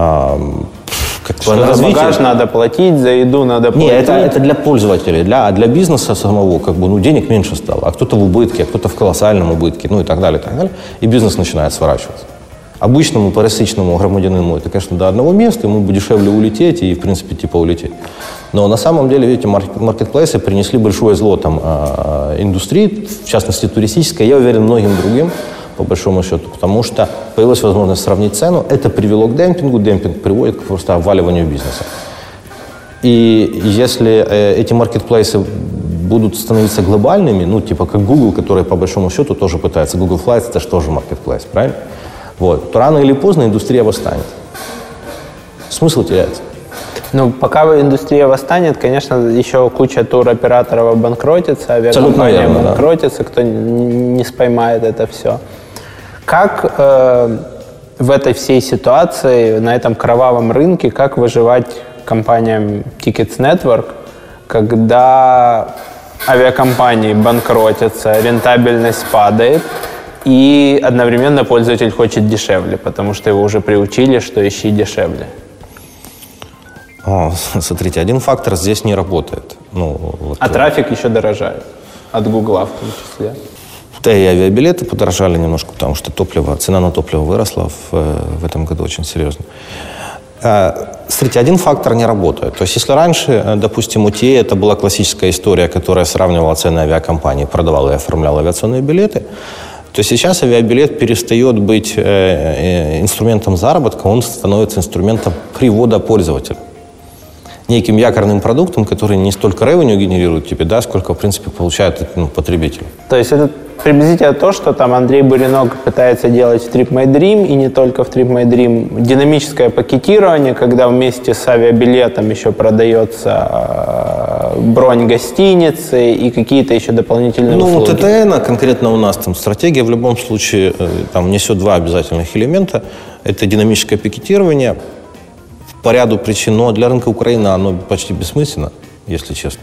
что за багаж надо платить, за еду надо платить. Нет, это для пользователей. Для бизнеса самого как бы, денег меньше стало. А кто-то в убытке, а кто-то в колоссальном убытке, и так далее, и так далее. И бизнес начинает сворачиваться. Обычному, пересечному громадянину это, конечно, до одного места, ему бы дешевле улететь и, в принципе, улететь. Но на самом деле, видите, маркетплейсы принесли большое зло там, индустрии, в частности, туристической, я уверен, многим другим, по большому счету, потому что появилась возможность сравнить цену, это привело к демпингу, демпинг приводит к просто обваливанию бизнеса. И если эти маркетплейсы будут становиться глобальными, типа как Google, который, по большому счету, тоже пытается, Google Flights, это же тоже маркетплейс, правильно? Вот, то рано или поздно индустрия восстанет. Смысл теряется. Пока индустрия восстанет, конечно, еще куча туроператоров обанкротится, авиакомпании обанкротятся, кто не споймает это все. Как в этой всей ситуации, на этом кровавом рынке, как выживать компаниям Tickets Network, когда авиакомпании банкротятся, рентабельность падает, и одновременно пользователь хочет дешевле, потому что его уже приучили, что ищи дешевле? Смотрите, один фактор здесь не работает. Трафик еще дорожает. От Гугла в том числе. Да, и авиабилеты подорожали немножко, потому что цена на топливо выросла в этом году очень серьезно. Смотрите, один фактор не работает. То есть, если раньше, допустим, OTA это была классическая история, которая сравнивала цены авиакомпаний, продавала и оформляла авиационные билеты, то сейчас авиабилет перестает быть инструментом заработка, он становится инструментом привода пользователя. Неким якорным продуктом, который не столько revenue генерирует тебе, да, сколько, в принципе, получает потребитель. То есть это приблизительно то, что там Андрей Буренок пытается делать в Trip My Dream, и не только в Trip My Dream. Динамическое пакетирование, когда вместе с авиабилетом еще продается бронь гостиницы и какие-то еще дополнительные услуги. ТТН, конкретно у нас там стратегия в любом случае там несет два обязательных элемента. Это динамическое пакетирование, по ряду причин, но для рынка Украины оно почти бессмысленно, если честно.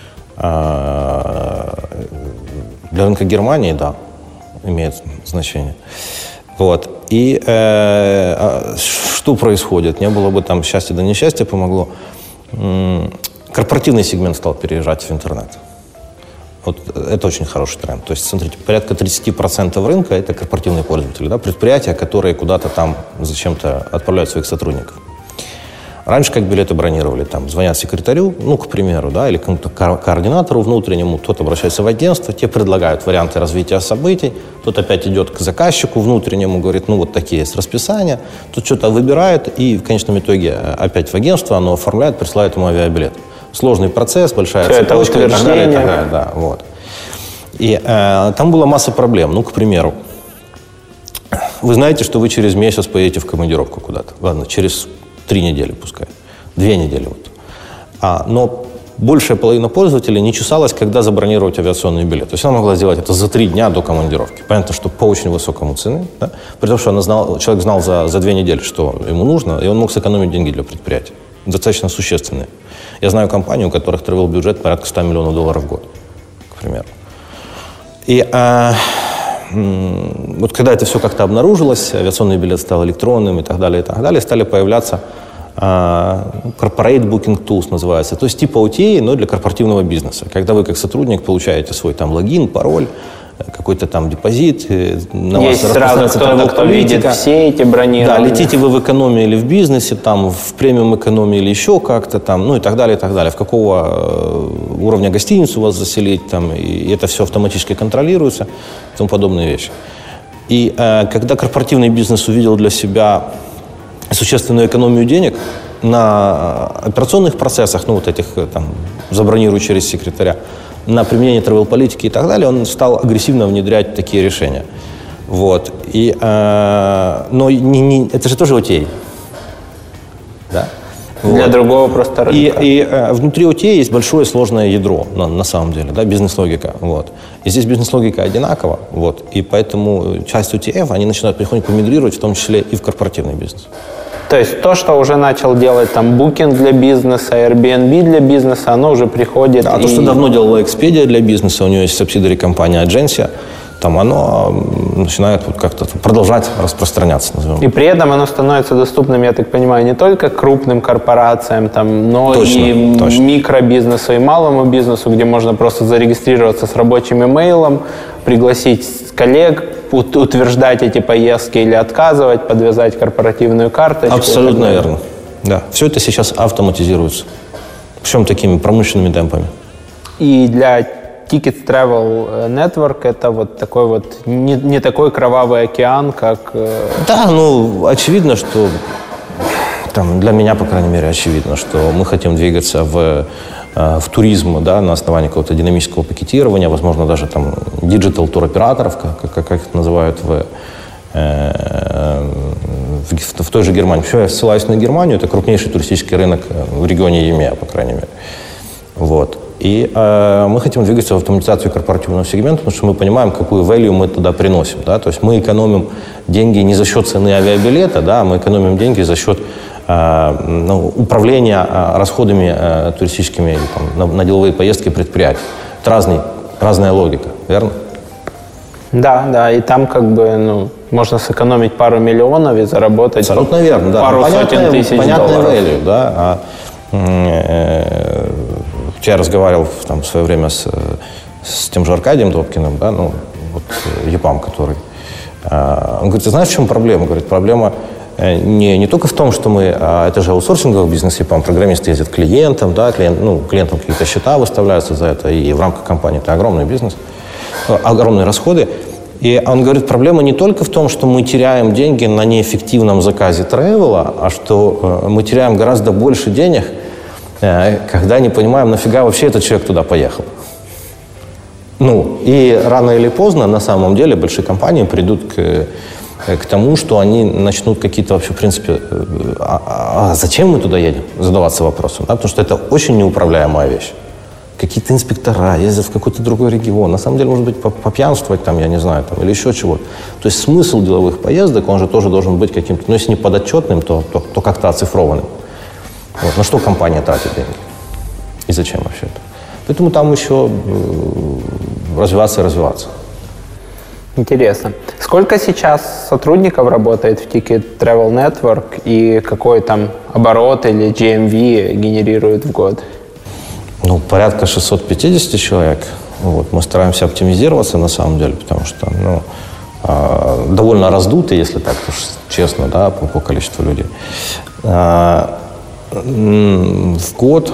Для рынка Германии, да, имеет значение. Вот. И что происходит? Не было бы там счастья, да несчастья помогло. Корпоративный сегмент стал переезжать в интернет. Вот это очень хороший тренд. То есть, смотрите, порядка 30% рынка – это корпоративные пользователи, да, предприятия, которые куда-то там зачем-то отправляют своих сотрудников. Раньше как билеты бронировали, там, звонят секретарю, к примеру, да, или кому-то координатору внутреннему, тот обращается в агентство, те предлагают варианты развития событий, тот опять идет к заказчику внутреннему, говорит, вот такие есть расписания, тот что-то выбирает, и в конечном итоге опять в агентство оно оформляет, присылает ему авиабилет. Сложный процесс, большая цепочка и так далее, да, вот. И там была масса проблем, к примеру, вы знаете, что вы через месяц поедете в командировку куда-то, ладно, через 3 недели пускай, 2 недели. Вот. Но большая половина пользователей не чесалась, когда забронировать авиационный билет. То есть она могла сделать это за 3 дня до командировки. Понятно, что по очень высокому цене, да? При том, что человек знал за 2 недели, что ему нужно, и он мог сэкономить деньги для предприятия. Достаточно существенные. Я знаю компании, у которых travel-бюджет порядка $100 миллионов в год, к примеру. И вот когда это все как-то обнаружилось, авиационный билет стал электронным и так далее, стали появляться corporate booking tools называется, то есть типа OTA, но для корпоративного бизнеса. Когда вы как сотрудник получаете свой там логин, пароль, какой-то там депозит, на есть вас сразу кто видит все эти бронирования. Да, летите вы в экономии или в бизнесе, там, в премиум экономии или еще как-то там, ну и так далее, и так далее. В какого уровня гостиницу вас заселить, там, и это все автоматически контролируется, и тому подобные вещи. И когда корпоративный бизнес увидел для себя существенную экономию денег на операционных процессах, ну вот этих там, забронируй через секретаря, на применение travel-политики и так далее, он стал агрессивно внедрять такие решения. Вот. И, но это же тоже OTA. Да? Для вот. другого просто рынка. И внутри OTA есть большое сложное ядро, на самом деле, да, бизнес-логика. Вот. И здесь бизнес-логика одинакова, вот, и поэтому часть OTA, они начинают потихоньку мигрировать, в том числе и в корпоративный бизнес. То есть то, что уже начал делать там Booking для бизнеса, Airbnb для бизнеса, оно уже приходит. Да, то, что давно делала Expedia для бизнеса, у нее есть субсидиарий компания Agencia, там оно начинает вот как-то продолжать распространяться. Назовем. И при этом оно становится доступным, я так понимаю, не только крупным корпорациям, там, но точно. микробизнесу и малому бизнесу, где можно просто зарегистрироваться с рабочим имейлом, пригласить коллег, утверждать эти поездки или отказывать, подвязать корпоративную карточку. Абсолютно верно. Да. Все это сейчас автоматизируется. Причем такими промышленными темпами. И для Ticket Travel Network это вот такой вот не такой кровавый океан, как... Да, ну, очевидно, что там, для меня, по крайней мере, очевидно, что мы хотим двигаться в туризм, да, на основании какого-то динамического пакетирования, возможно, даже там диджитал туроператоров, как их называют в той же Германии. Почему я ссылаюсь на Германию? Это крупнейший туристический рынок в регионе EMEA, по крайней мере. Вот. И мы хотим двигаться в автоматизацию корпоративного сегмента, потому что мы понимаем, какую value мы туда приносим. Да? То есть мы экономим деньги не за счет цены авиабилета, да, мы экономим деньги за счет управления расходами туристическими там, на деловые поездки предприятий. Это разная логика, верно? Да, и там как бы можно сэкономить пару миллионов и заработать абсолютно верно, да. пару сотен тысяч долларов. Понятная value, да. Я разговаривал в свое время с тем же Аркадием Добкиным, да, ЕПАМ, который... Он говорит, ты знаешь, в чем проблема? Говорит, проблема не только в том, что это же аутсорсинговый бизнес ЕПАМ, программисты ездят к клиентам, да, клиентам какие-то счета выставляются за это, и в рамках компании это огромный бизнес, огромные расходы. И он говорит, проблема не только в том, что мы теряем деньги на неэффективном заказе тревела, а что мы теряем гораздо больше денег, когда не понимаем, нафига вообще этот человек туда поехал. И рано или поздно, на самом деле, большие компании придут к тому, что они начнут какие-то вообще, в принципе, зачем мы туда едем, задаваться вопросом, да? Потому что это очень неуправляемая вещь. Какие-то инспектора ездят в какой-то другой регион. На самом деле, может быть, попьянствовать там, я не знаю, там, или еще чего-то. То есть смысл деловых поездок, он же тоже должен быть каким-то, если не подотчетным, то как-то оцифрованным. Вот. На что компания тратит деньги? И зачем вообще это? Поэтому там еще развиваться и развиваться. Интересно. Сколько сейчас сотрудников работает в Ticket Travel Network и какой там оборот или GMV генерирует в год? Порядка 650 человек. Вот. Мы стараемся оптимизироваться на самом деле, потому что довольно раздуты, если так уж честно, да, по количеству людей. В год,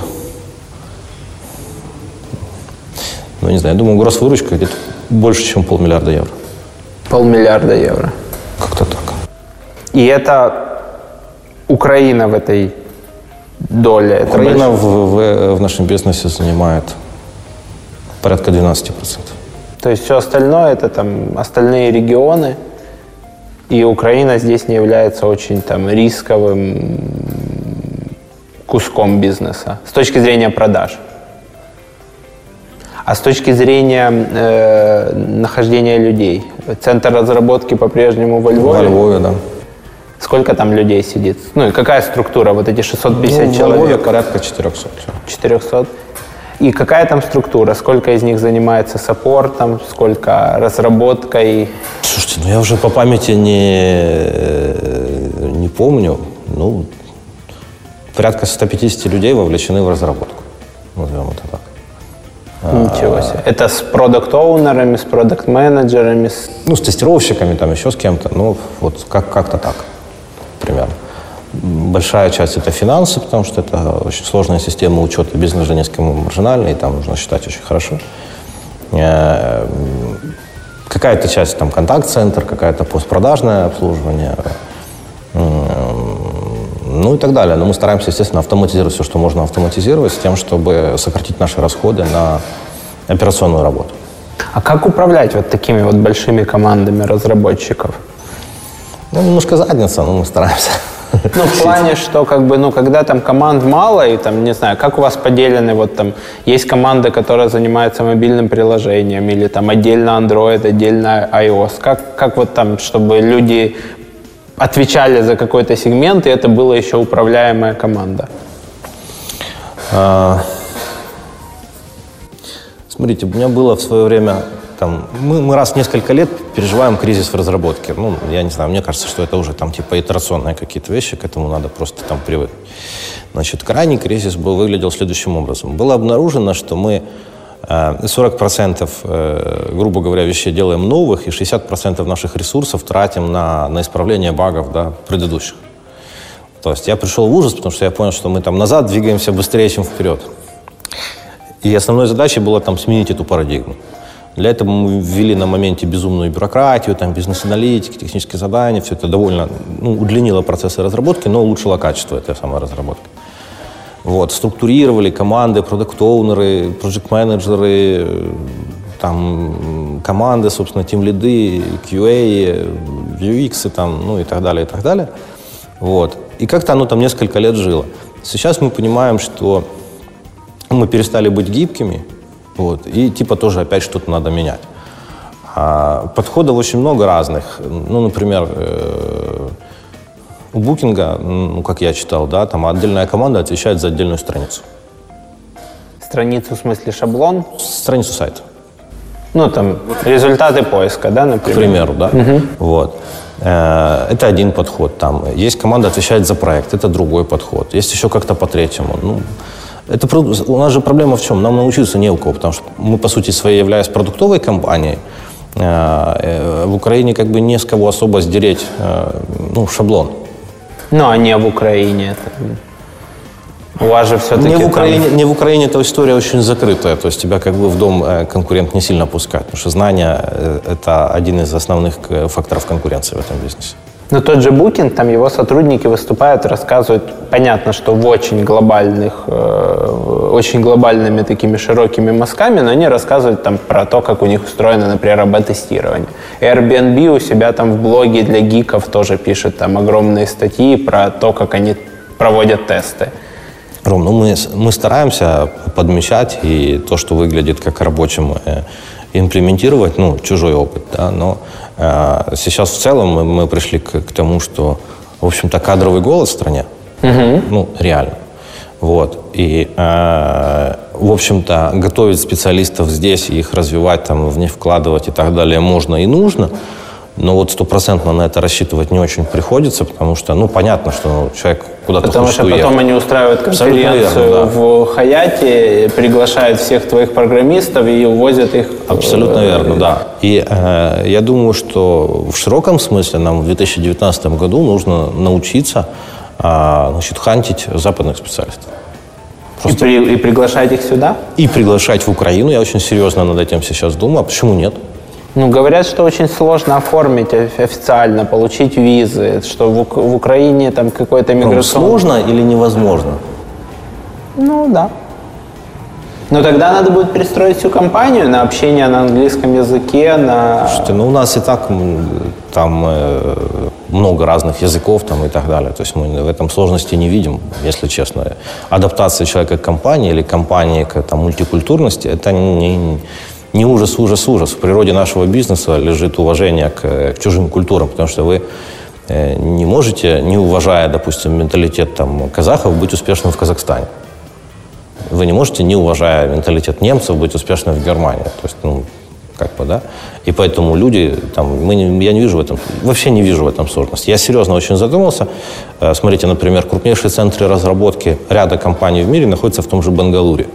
не знаю, я думаю, гроссвыручка где-то больше, чем $500 миллиарда. 500 миллиарда евро. Как-то так. И это Украина в этой доле? Украина в нашем бизнесе занимает порядка 12%. То есть все остальное, это там остальные регионы, и Украина здесь не является очень там рисковым куском бизнеса с точки зрения продаж? А с точки зрения нахождения людей, центр разработки по-прежнему во Львове? Во Львове, да. Сколько там людей сидит? Ну и какая структура? Вот эти 650 человек? Во Львове порядка 400. 400. И какая там структура? Сколько из них занимается саппортом, сколько разработкой? Слушайте, ну я уже по памяти не помню. Ну, порядка 150 людей вовлечены в разработку. Назовем это так. Ничего себе. Это с продакт-оунерами, с продакт-менеджерами? Ну, с тестировщиками, там еще с кем-то. Ну, вот как-то так, примерно. Большая часть — это финансы, потому что это очень сложная система учета, бизнес же несколько маржинальный, и там нужно считать очень хорошо. Какая-то часть там контакт-центр, какая-то постпродажное обслуживание, ну и так далее. Но мы стараемся, естественно, автоматизировать все, что можно автоматизировать, с тем, чтобы сократить наши расходы на операционную работу. А как управлять вот такими вот большими командами разработчиков? Ну, немножко задница, но мы стараемся. Ну, в плане, что как бы, ну, когда там команд мало, и там, не знаю, как у вас поделены, вот там, есть команда, которая занимается мобильным приложением, или там отдельно Android, отдельно iOS. Как вот там, чтобы люди отвечали за какой-то сегмент, и это была еще управляемая команда? Смотрите, у меня было в свое время, там, мы раз в несколько лет переживаем кризис в разработке. Ну, я не знаю, мне кажется, что это уже там типа итерационные какие-то вещи, к этому надо просто там привыкнуть. Значит, крайний кризис выглядел следующим образом. Было обнаружено, что мы 40%, грубо говоря, вещей делаем новых, и 60% наших ресурсов тратим на исправление багов, да, предыдущих. То есть я пришел в ужас, потому что я понял, что мы там назад двигаемся быстрее, чем вперед. И основной задачей было там сменить эту парадигму. Для этого мы ввели на моменте безумную бюрократию, там, бизнес-аналитики, технические задания. Все это довольно удлинило процессы разработки, но улучшило качество этой самой разработки. Вот, структурировали команды, продакт-оунеры, проект-менеджеры, там, команды, собственно, тим-лиды, QA, UX, там, ну и так далее, и так далее. Вот. И как-то оно там несколько лет жило. Сейчас мы понимаем, что мы перестали быть гибкими, вот, и типа тоже опять что-то надо менять. Подходов очень много разных. Ну, например, у Букинга, ну, как я читал, да, там отдельная команда отвечает за отдельную страницу. Страницу, в смысле шаблон? Страницу сайта. Ну, там, результаты поиска, да, например? К примеру, да. Вот. Это один подход. Там есть команда отвечает за проект, это другой подход. Есть еще как-то по третьему. Ну, это, у нас же проблема в чем? Нам научиться не у кого, потому что мы, по сути своей, являясь продуктовой компанией, в Украине как бы не с кого особо сдереть шаблон. Ну, а не в Украине. У вас же все-таки не в Украине эта история очень закрытая, то есть тебя как бы в дом конкурент не сильно пускает, потому что знания – это один из основных факторов конкуренции в этом бизнесе. Но тот же Booking, там его сотрудники выступают, рассказывают, понятно, что в очень глобальными такими широкими мазками, но они рассказывают там про то, как у них устроено, например, АБ-тестирование. Airbnb у себя там в блоге для гиков тоже пишет там огромные статьи про то, как они проводят тесты. Ром, ну мы стараемся подмечать и то, что выглядит как рабочим, имплементировать, чужой опыт, да, но сейчас в целом мы пришли к тому, что, в общем-то, кадровый голод в стране, реально. Вот. И, в общем-то, готовить специалистов здесь и их развивать, там, в них вкладывать и так далее можно и нужно, но вот стопроцентно на это рассчитывать не очень приходится, потому что, понятно, что человек куда-то хочет уехать. Потому что потом они устраивают конференцию в Хаяте, приглашают всех твоих программистов и увозят их. Абсолютно верно, да. И я думаю, что в широком смысле нам в 2019 году нужно научиться хантить западных специалистов. И приглашать их сюда? И приглашать в Украину. Я очень серьезно над этим сейчас думаю. А почему нет? Говорят, что очень сложно оформить официально, получить визы, что в Украине там какой-то миграционный... Сложно или невозможно? Да. Но тогда надо будет перестроить всю компанию на общение на английском языке, на... Слушайте, у нас и так там много разных языков там, и так далее. То есть мы в этом сложности не видим, если честно. Адаптация человека к компании или компании к там, мультикультурности – это не ужас. В природе нашего бизнеса лежит уважение к чужим культурам, потому что вы не можете, не уважая, допустим, менталитет там, казахов, быть успешным в Казахстане. Вы не можете, не уважая менталитет немцев, быть успешным в Германии. То есть, да? И поэтому люди, я не вижу в этом, вообще не вижу в этом сложности. Я серьезно очень задумался. Смотрите, например, крупнейшие центры разработки ряда компаний в мире находятся в том же Бангалуре.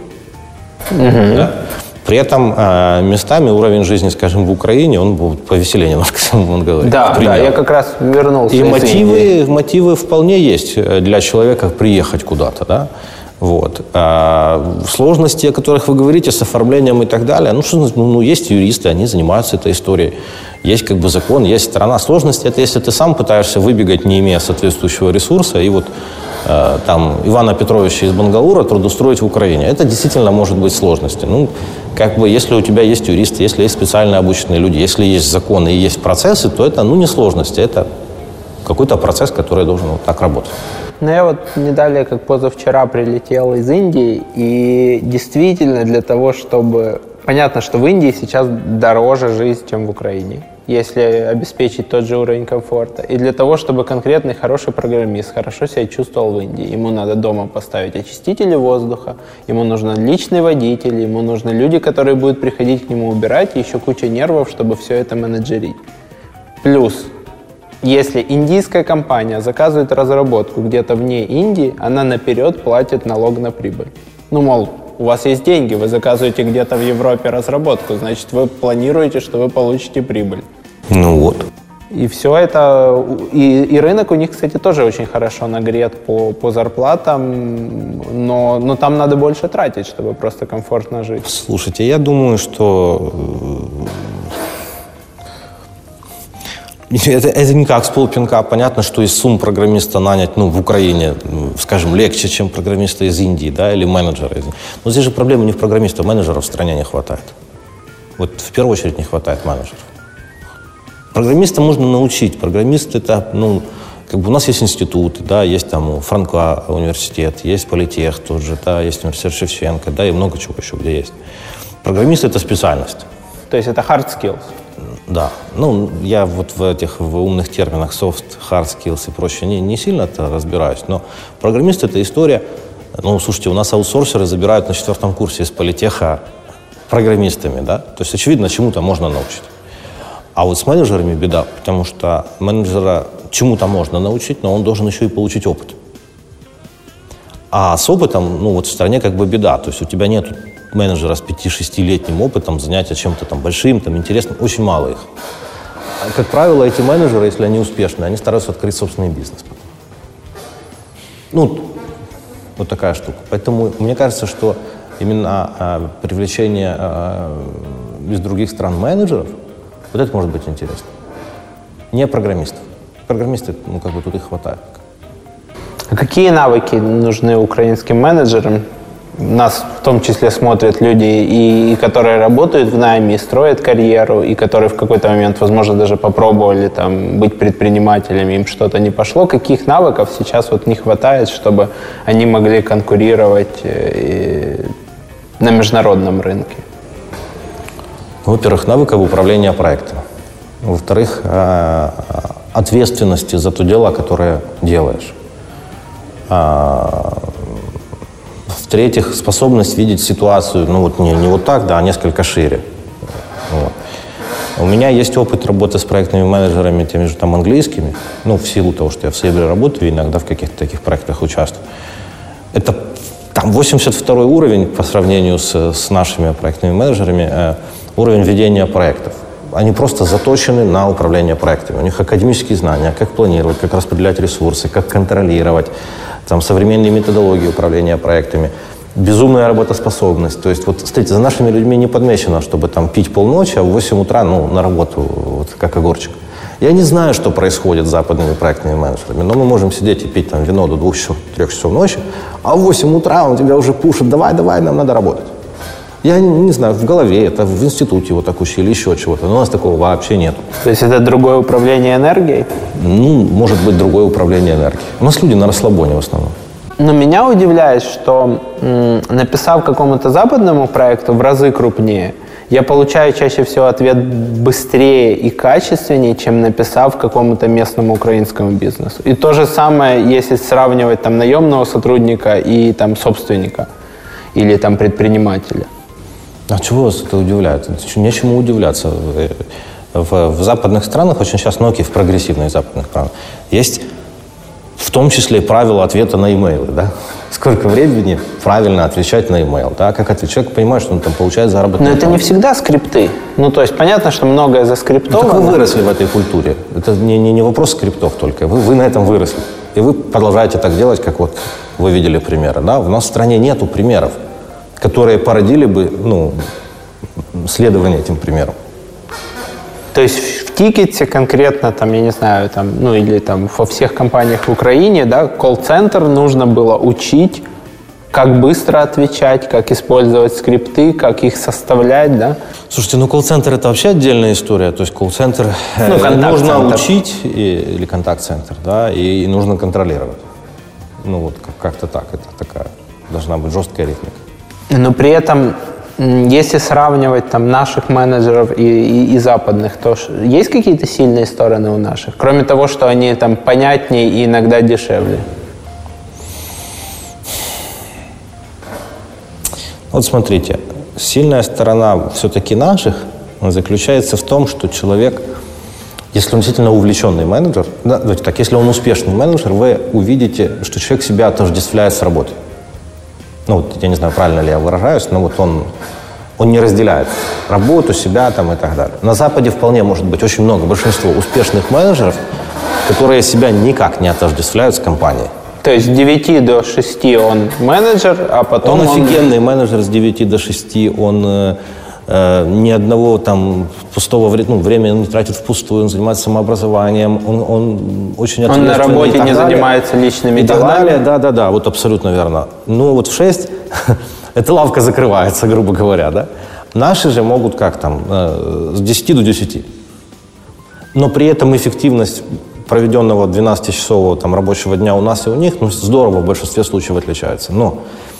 Да? При этом местами уровень жизни, скажем, в Украине, он был повеселее немножко, чем в Бангалоре. Да, я как раз вернулся. И мотивы вполне есть для человека приехать куда-то, да? Вот. Сложности, о которых вы говорите, с оформлением и так далее, есть юристы, они занимаются этой историей. Есть закон, есть сторона. Сложности – это если ты сам пытаешься выбегать, не имея соответствующего ресурса, и Ивана Петровича из Бангалора трудоустроить в Украине. Это действительно может быть сложности. Если у тебя есть юристы, если есть специально обученные люди, если есть законы и есть процессы, то это, не сложности, это какой-то процесс, который должен так работать. Я не далее, как позавчера, прилетел из Индии, и действительно для того, чтобы... Понятно, что в Индии сейчас дороже жизнь, чем в Украине, если обеспечить тот же уровень комфорта. И для того, чтобы конкретный хороший программист хорошо себя чувствовал в Индии, ему надо дома поставить очистители воздуха, ему нужен личный водитель, ему нужны люди, которые будут приходить к нему убирать, и еще куча нервов, чтобы все это менеджерить. Плюс, если индийская компания заказывает разработку где-то вне Индии, она наперед платит налог на прибыль. У вас есть деньги, вы заказываете где-то в Европе разработку, значит, вы планируете, что вы получите прибыль. И все это... И рынок у них, кстати, тоже очень хорошо нагрет по зарплатам, но там надо больше тратить, чтобы просто комфортно жить. Слушайте, я думаю, что... Это не как с полпинка. Понятно, что из сумм программиста нанять в Украине, скажем, легче, чем программиста из Индии, да, или менеджера из Индии. Но здесь же проблема не в программистах, менеджеров в стране не хватает. В первую очередь не хватает менеджеров. Программиста можно научить. Программист это, у нас есть институты, да, есть там Франка университет, есть Политех тот же, да, есть университет Шевченко, да, и много чего еще где есть. Программист это специальность. То есть это hard skills? Да. Я в умных терминах soft, hard skills и прочее не сильно разбираюсь, но программист это история. Слушайте, у нас аутсорсеры забирают на 4 курсе из политеха программистами, да? То есть, очевидно, чему-то можно научить. А с менеджерами беда, потому что менеджера чему-то можно научить, но он должен еще и получить опыт. А с опытом, в стране беда. То есть у тебя нет менеджера с 5-6-летним опытом, занятия чем-то большим, интересным, очень мало их. Как правило, эти менеджеры, если они успешные, они стараются открыть собственный бизнес. Вот такая штука. Поэтому мне кажется, что именно привлечение из других стран менеджеров, это может быть интересно. Не программистов. Программисты, тут их хватает. А какие навыки нужны украинским менеджерам? Нас в том числе смотрят люди, и которые работают в найме, строят карьеру, и которые в какой-то момент, возможно, даже попробовали быть предпринимателями, им что-то не пошло. Каких навыков сейчас не хватает, чтобы они могли конкурировать на международном рынке? Во-первых, навыков управления проектом. Во-вторых, ответственности за то дело, которое делаешь. В-третьих, способность видеть ситуацию, не так, да, а несколько шире. У меня есть опыт работы с проектными менеджерами, теми же английскими, в силу того, что я в Сейбле работаю, иногда в каких-то таких проектах участвую. Это 82-й уровень по сравнению с нашими проектными менеджерами, уровень ведения проектов. Они просто заточены на управление проектами. У них академические знания, как планировать, как распределять ресурсы, как контролировать, современные методологии управления проектами, безумная работоспособность. То есть, смотрите, за нашими людьми не подмечено, чтобы пить полночи, а в 8 утра, на работу, как огурчик. Я не знаю, что происходит с западными проектными менеджерами, но мы можем сидеть и пить вино до 2-3 часов ночи, а в 8 утра он тебя уже пушит, давай, нам надо работать. Я не знаю, в голове это, в институте его так учили, еще чего-то. Но у нас такого вообще нет. То есть это другое управление энергией? Ну, может быть, другое управление энергией. У нас люди на расслабоне в основном. Но меня удивляет, что написав какому-то западному проекту в разы крупнее, я получаю чаще всего ответ быстрее и качественнее, чем написав какому-то местному украинскому бизнесу. И то же самое, если сравнивать там наемного сотрудника и там собственника или там предпринимателя. А чего вас это удивляет? Нечему удивляться. В западных странах, очень сейчас, в прогрессивных западных странах, есть в том числе и правило ответа на имейлы, да? Сколько времени правильно отвечать на имейл, да? Как отвечать, человек понимает, что он там получает заработную плату. Но это не всегда скрипты. Ну, то есть понятно, что многое заскриптовано. Так вы выросли в этой культуре. Это не вопрос скриптов только. Вы на этом выросли. И вы продолжаете так делать, как вот вы видели примеры, да? У нас в стране нету примеров, которые породили бы, следование этим примерам. То есть в Тикете конкретно, там, я не знаю, там, или там во всех компаниях в Украине, да, колл-центр нужно было учить, как быстро отвечать, как использовать скрипты, как их составлять, да? Слушайте, колл-центр — это вообще отдельная история. То есть колл-центр нужно учить, или контакт-центр, да, и нужно контролировать. Как-то так. Это такая должна быть жесткая ритмика. Но при этом, если сравнивать там наших менеджеров и западных, то есть какие-то сильные стороны у наших? Кроме того, что они там понятнее и иногда дешевле. Вот смотрите, сильная сторона все-таки наших заключается в том, что человек, если он действительно увлеченный менеджер, давайте так, если он успешный менеджер, вы увидите, что человек себя отождествляет с работой. Я не знаю, правильно ли я выражаюсь, но он не разделяет работу, себя там и так далее. На Западе вполне может быть очень много, большинство успешных менеджеров, которые себя никак не отождествляют с компанией. То есть с 9 до 6 он менеджер, а потом он офигенный менеджер с 9 до 6, он ни одного там пустого времени не тратит впустую, он занимается самообразованием, он очень ответственный. Он на работе не занимается личными делами. Да, вот абсолютно верно. В 6 эта лавка закрывается, грубо говоря, да. Наши же могут с 10 до 10. Но при этом эффективность проведенного 12-часового рабочего дня у нас и у них здорово в большинстве случаев отличается. Но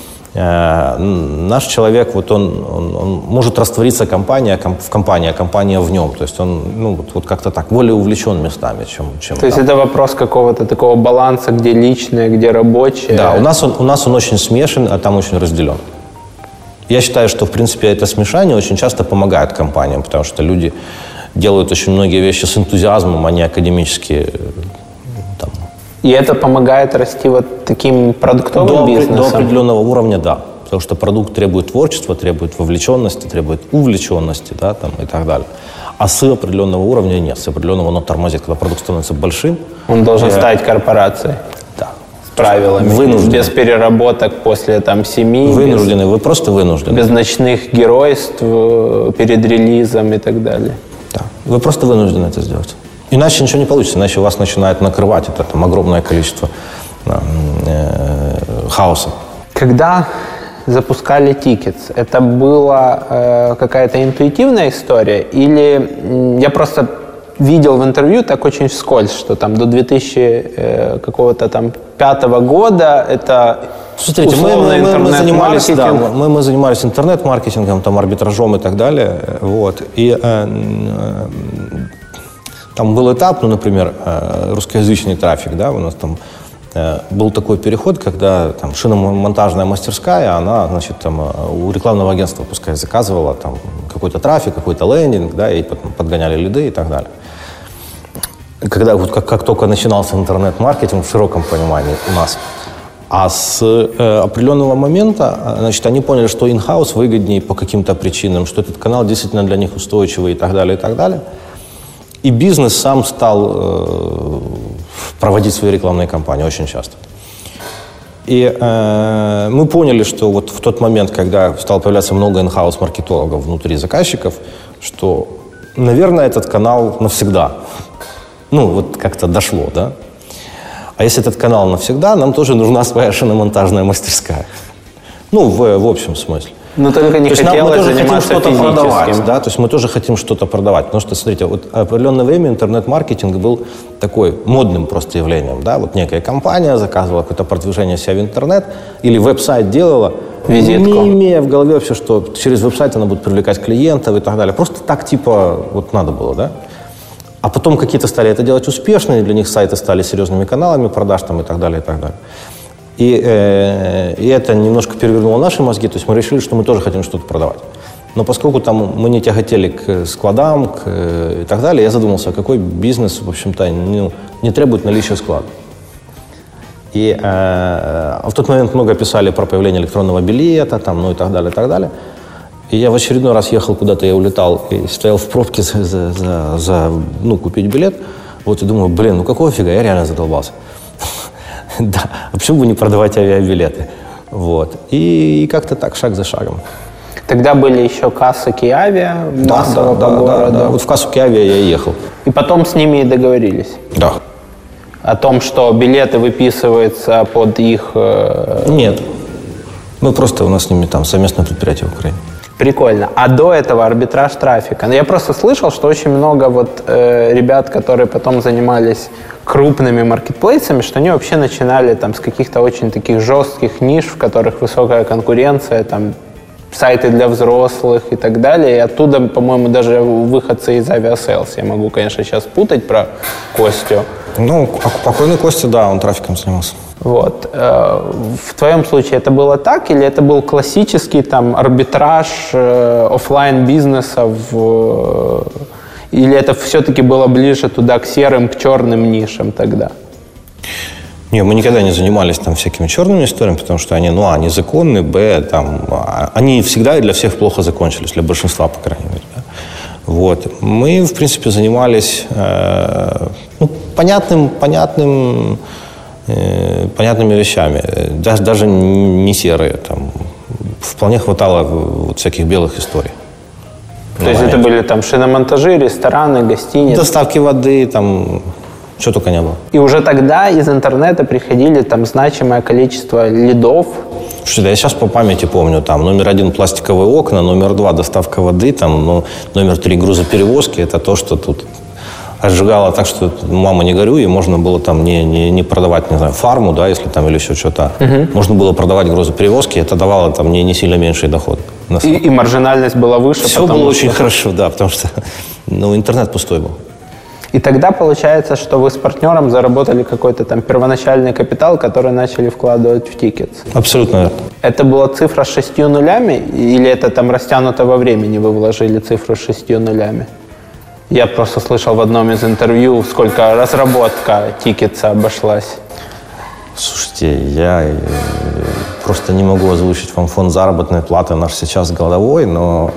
наш человек, он может раствориться в компании, а компания в нем. То есть он, как-то так, более увлечен местами, чем То есть это вопрос какого-то такого баланса, где личное, где рабочее. Да, у нас он очень смешан, а там очень разделен. Я считаю, что, в принципе, это смешание очень часто помогает компаниям, потому что люди делают очень многие вещи с энтузиазмом, а не академически. И это помогает расти таким продуктовым бизнесом? До определенного уровня, да. Потому что продукт требует творчества, требует вовлеченности, требует увлеченности, да, и так далее. А с определенного уровня нет. С определенного он тормозит. Когда продукт становится большим... Он должен стать корпорацией. Да. С правилами. Вынуждены. Без переработок после 7. Вынуждены. Вы просто вынуждены. Без ночных геройств перед релизом и так далее. Да. Вы просто вынуждены это сделать. Иначе ничего не получится, иначе вас начинает накрывать это огромное количество хаоса. Когда запускали Tickets, это была какая-то интуитивная история? Или я просто видел в интервью так очень вскользь, что до 2005 года это Смотрите, мы занимались интернет-маркетингом, арбитражом и так далее. И там был этап, например, русскоязычный трафик, да, у нас там был такой переход, когда шиномонтажная мастерская, она, у рекламного агентства, пускай, заказывала какой-то трафик, какой-то лендинг, да, и подгоняли лиды и так далее. Когда как только начинался интернет-маркетинг в широком понимании у нас, а с определенного момента, они поняли, что in-house выгоднее по каким-то причинам, что этот канал действительно для них устойчивый и так далее, и так далее. И бизнес сам стал проводить свои рекламные кампании очень часто. И мы поняли, что в тот момент, когда стало появляться много in-house маркетологов внутри заказчиков, что, наверное, этот канал навсегда. Как-то дошло, да? А если этот канал навсегда, нам тоже нужна своя шиномонтажная мастерская. Ну, в общем смысле. Но только не хотелось заниматься физическим. Продавать, да, то есть мы тоже хотим что-то продавать. Потому что, смотрите, вот определенное время интернет-маркетинг был такой модным просто явлением, да, вот некая компания заказывала какое-то продвижение себя в интернет или веб-сайт делала, визитку, не имея в голове вообще, что через веб-сайт она будет привлекать клиентов и так далее. Просто так, типа, вот надо было, да. А потом какие-то стали это делать успешно, и для них сайты стали серьезными каналами продаж там, и так далее, и так далее. И это немножко перевернуло наши мозги, то есть мы решили, что мы тоже хотим что-то продавать. Но поскольку там мы не тяготели к складам и так далее, я задумался, какой бизнес, в общем-то, не требует наличия склада. И в тот момент много писали про появление электронного билета, там, ну и так далее, и так далее. И я в очередной раз ехал куда-то, я улетал и стоял в пробке купить билет. Вот и думаю, блин, ну какого фига, я реально задолбался. Да, а почему бы не продавать авиабилеты? Вот. И как-то так, шаг за шагом. Тогда были еще кассы Киавиа массово по городу. Да. Вот в кассу Киавиа я и ехал. И потом с ними и договорились? Да. О том, что билеты выписываются под их... Нет. Мы просто, у нас с ними там совместное предприятие в Украине. Прикольно. А до этого арбитраж трафика? Я просто слышал, что очень много вот ребят, которые потом занимались крупными маркетплейсами, что они вообще начинали там с каких-то очень таких жестких ниш, в которых высокая конкуренция, там сайты для взрослых и так далее. И оттуда, по-моему, даже выходцы из авиаселс. Я могу, конечно, сейчас путать про Костю. Ну, покойный Костя, да, он трафиком занимался. Вот. В твоем случае это было так, или это был классический там арбитраж офлайн бизнеса, или это все-таки было ближе туда к серым, к черным нишам тогда? Не, мы никогда не занимались там всякими черными историями, потому что они, они законны, они всегда и для всех плохо закончились, для большинства, по крайней мере. Да? Вот. Мы, в принципе, занимались понятными вещами, даже не серые. Там, вполне хватало вот всяких белых историй. То есть это были там шиномонтажи, рестораны, гостиницы? Доставки воды, там, что только не было. И уже тогда из интернета приходили там значимое количество лидов? Слушай, да я сейчас по памяти помню, там, номер 1 пластиковые окна, номер 2 доставка воды, там, номер 3 грузоперевозки, это то, что тут разжигало так, что мама не горюй, и можно было там не продавать, не знаю, фарму, да, если там или еще что-то. Можно было продавать грузоперевозки, это давало там не сильно меньший доход. И маржинальность была выше? Все было очень хорошо, да, потому что интернет пустой был. И тогда получается, что вы с партнером заработали какой-то там первоначальный капитал, который начали вкладывать в Tickets? Абсолютно верно. Это была цифра с 6 нулями, или это там растянуто во времени вы вложили цифру с 6 нулями? Я просто слышал в одном из интервью, сколько разработка Tickets обошлась. Слушайте, я просто не могу озвучить вам фонд заработной платы наш сейчас годовой, но...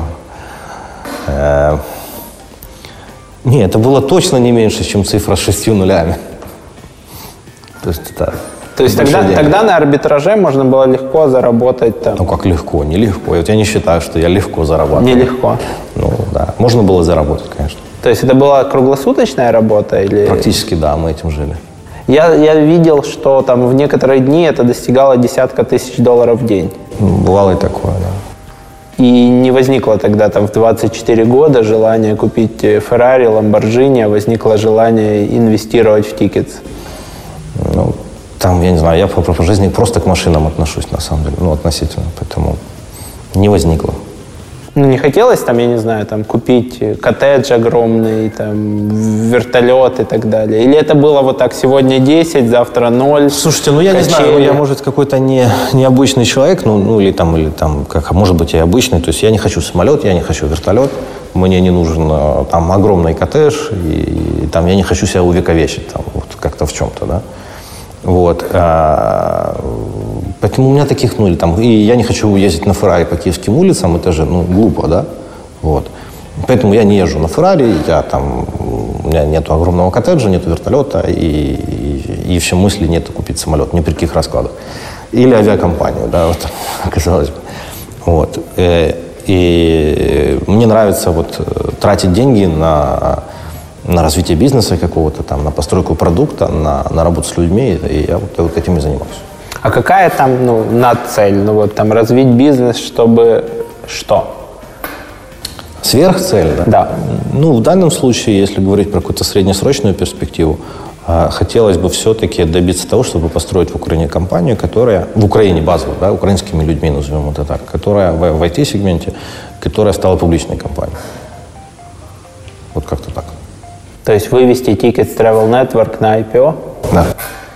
Не, это было точно не меньше, чем цифра с 6 нулями. То есть это... То есть тогда на арбитраже можно было легко заработать там? Ну как легко? Нелегко. Вот я не считаю, что я легко зарабатывал. Нелегко? Ну да, можно было заработать, конечно. То есть это была круглосуточная работа? Или... Практически, да, мы этим жили. Я видел, что там в некоторые дни это достигало десятка тысяч долларов в день. Бывало и такое, да. И не возникло тогда там в 24 года желание купить Ferrari, Lamborghini, а возникло желание инвестировать в Tickets? Ну, там, я не знаю, я по жизни просто к машинам отношусь, на самом деле, относительно, поэтому не возникло. Ну, не хотелось там, я не знаю, там купить коттедж огромный, там, вертолет и так далее? Или это было вот так, сегодня 10, завтра 0? Слушайте, я не знаю, я, может, какой-то необычный человек, или там, как, может быть, и обычный, то есть я не хочу самолет, я не хочу вертолет, мне не нужен там огромный коттедж, и там я не хочу себя увековечить там, вот, как-то в чем-то, да. Вот. Поэтому у меня таких, и я не хочу ездить на Феррари по киевским улицам, это же, глупо, да, вот. Поэтому я не езжу на Феррари, у меня нету огромного коттеджа, нету вертолета, и все мысли нету купить самолет, ни при каких раскладах. Или авиакомпанию, да, вот, казалось бы. Вот. И мне нравится тратить деньги на развитие бизнеса какого-то, там, на постройку продукта, на работу с людьми, и я вот этим и занимаюсь. А какая там, надцель? Вот там развить бизнес, чтобы что? Сверхцель, да? Да. В данном случае, если говорить про какую-то среднесрочную перспективу, хотелось бы все-таки добиться того, чтобы построить в Украине компанию, которая, в Украине базово, да, украинскими людьми, назовем это так, которая в IT-сегменте, которая стала публичной компанией. Вот как-то так. То есть вывести Tickets Travel Network на IPO? Да.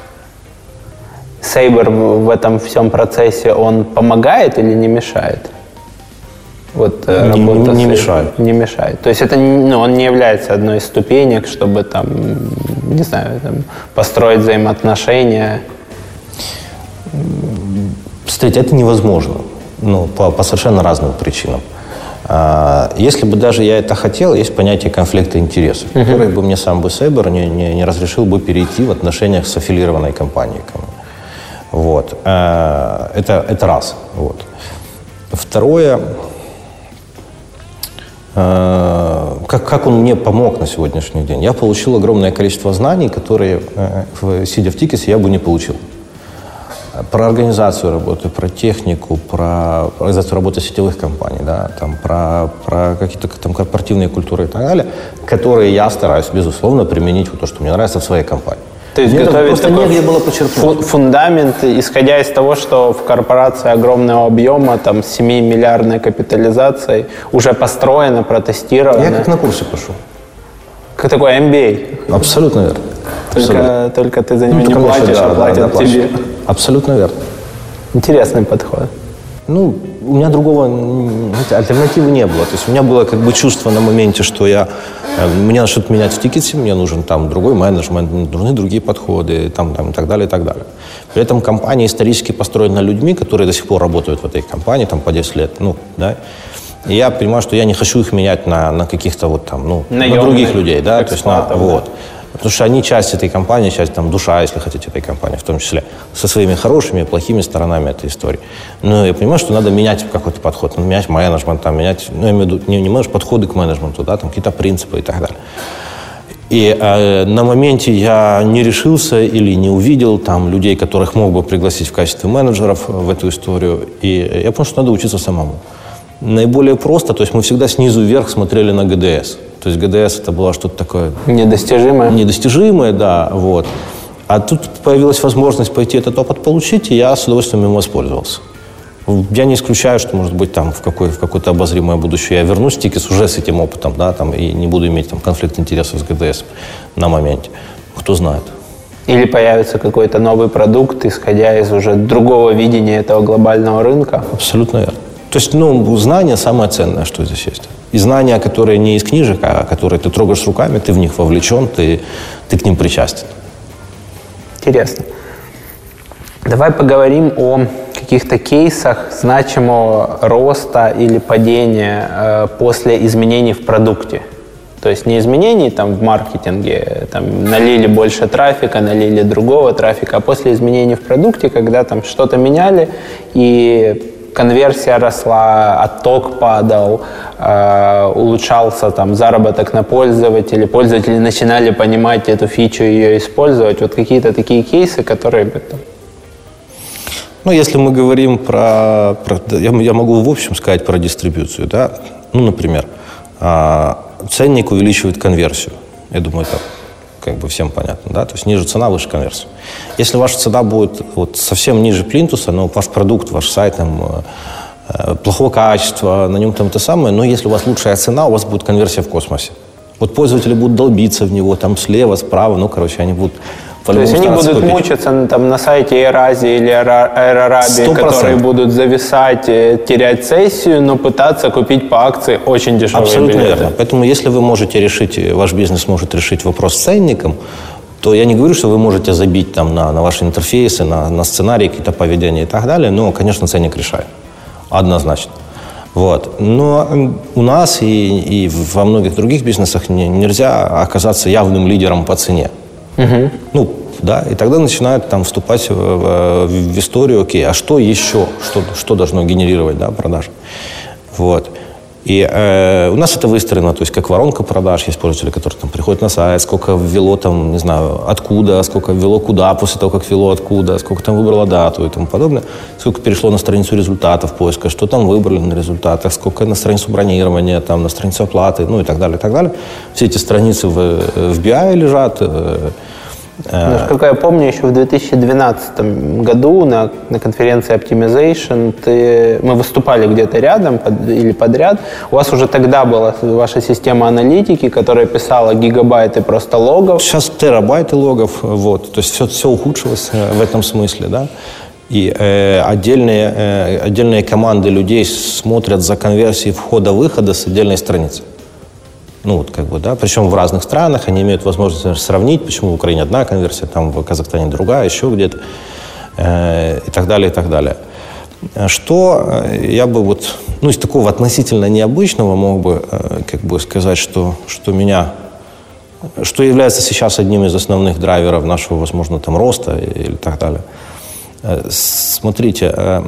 Sabre в этом всем процессе, он помогает или не мешает? Вот не мешает. Не мешает. То есть это, он не является одной из ступенек, чтобы там, не знаю, там, построить взаимоотношения. Смотрите, это невозможно. По совершенно разным причинам. Если бы даже я это хотел, есть понятие конфликта интересов, которое бы мне сам бы Sabre не разрешил бы перейти в отношениях с аффилированной компанией. Вот. Это раз. Вот. Второе, как он мне помог на сегодняшний день. Я получил огромное количество знаний, которые, сидя в Tickets, я бы не получил. Про организацию работы, про технику, про организацию работы сетевых компаний, да, там, про какие-то там корпоративные культуры и так далее, которые я стараюсь, безусловно, применить вот то, что мне нравится в своей компании. То есть готовить просто негде было почерпнуть. Фундамент, исходя из того, что в корпорации огромного объема, там, 7-миллиардной капитализацией, уже построено, протестировано. Я как на курсе пошел. Как такой MBA. Абсолютно верно. Только ты за него не платишь, а платят тебе. Абсолютно верно. Интересный подход. У меня другого альтернативы не было. То есть у меня было как бы чувство на моменте, что мне надо что-то менять в Tickets, мне нужен там другой менеджмент, нужны другие подходы, там и так далее, и так далее. При этом компания исторически построена людьми, которые до сих пор работают в этой компании, там по 10 лет, да. И я понимаю, что я не хочу их менять на каких-то вот там, на других людей, да, то есть вот. Потому что они часть этой компании, часть там душа, если хотите, этой компании, в том числе, со своими хорошими и плохими сторонами этой истории. Но я понимаю, что надо менять какой-то подход, надо менять менеджмент, там, менять, я имею в виду, не менеджмент, подходы к менеджменту, да, там какие-то принципы и так далее. И на моменте я не решился или не увидел там людей, которых мог бы пригласить в качестве менеджеров в эту историю. И я понял, что надо учиться самому. Наиболее просто, то есть мы всегда снизу вверх смотрели на ГДС. То есть ГДС это было что-то такое... Недостижимое, да, вот. А тут появилась возможность пойти этот опыт получить, и я с удовольствием им воспользовался. Я не исключаю, что, может быть, там в какое-то обозримое будущее я вернусь в Tickets уже с этим опытом, да, там, и не буду иметь там конфликт интересов с ГДС на моменте. Кто знает. Или появится какой-то новый продукт, исходя из уже другого видения этого глобального рынка. Абсолютно верно. То есть, знание самое ценное, что здесь есть. И знания, которые не из книжек, а которые ты трогаешь руками, ты в них вовлечен, ты к ним причастен. Интересно. Давай поговорим о каких-то кейсах значимого роста или падения после изменений в продукте. То есть не изменений там, в маркетинге, там, налили больше трафика, налили другого трафика, а после изменений в продукте, когда там что-то меняли, и конверсия росла, отток падал, улучшался там, заработок на пользователе, пользователи начинали понимать эту фичу и ее использовать. Вот какие-то такие кейсы, которые... Если мы говорим я могу в общем сказать про дистрибьюцию, да? Например, ценник увеличивает конверсию. Я думаю, это как бы всем понятно, да? То есть ниже цена, выше конверсия. Если ваша цена будет вот совсем ниже плинтуса, но ваш продукт, ваш сайт там, плохого качества, на нем там это самое, но если у вас лучшая цена, у вас будет конверсия в космосе. Вот пользователи будут долбиться в него там слева, справа, они будут... То есть они будут мучиться там, на сайте Эразии или Аэроарабии, которые будут зависать, терять сессию, но пытаться купить по акции очень дешевые Абсолютно билеты. Верно. Поэтому если вы можете решить, ваш бизнес может решить вопрос с ценником, то я не говорю, что вы можете забить там, на ваши интерфейсы, на сценарии, какие-то поведения и так далее, но, конечно, ценник решает. Однозначно. Вот. Но у нас и во многих других бизнесах нельзя оказаться явным лидером по цене. Угу. Да, и тогда начинают там вступать в историю, окей, а что еще, что должно генерировать, да, продажи. Вот. И у нас это выстроено, то есть как воронка продаж. Есть пользователи, которые там приходят на сайт, сколько ввело там, не знаю, откуда, сколько ввело куда, после того, как ввело откуда, сколько там выбрало дату и тому подобное, сколько перешло на страницу результатов поиска, что там выбрали на результатах, сколько на страницу бронирования, там, на страницу оплаты, ну и так далее, и так далее. Все эти страницы в BI лежат. Насколько я помню, еще в 2012 году на конференции Optimization мы выступали где-то рядом или подряд. У вас уже тогда была ваша система аналитики, которая писала гигабайты просто логов. Сейчас терабайты логов, вот. То есть все ухудшилось в этом смысле, да. И отдельные команды людей смотрят за конверсией входа-выхода с отдельной страницы. Ну, вот как бы, да, причем в разных странах они имеют возможность, например, сравнить, почему в Украине одна конверсия, там в Казахстане другая, еще где-то, и так далее, и так далее. Что я бы вот, ну, из такого относительно необычного мог бы, как бы сказать, что является сейчас одним из основных драйверов нашего, возможно, там, роста или так далее. Смотрите,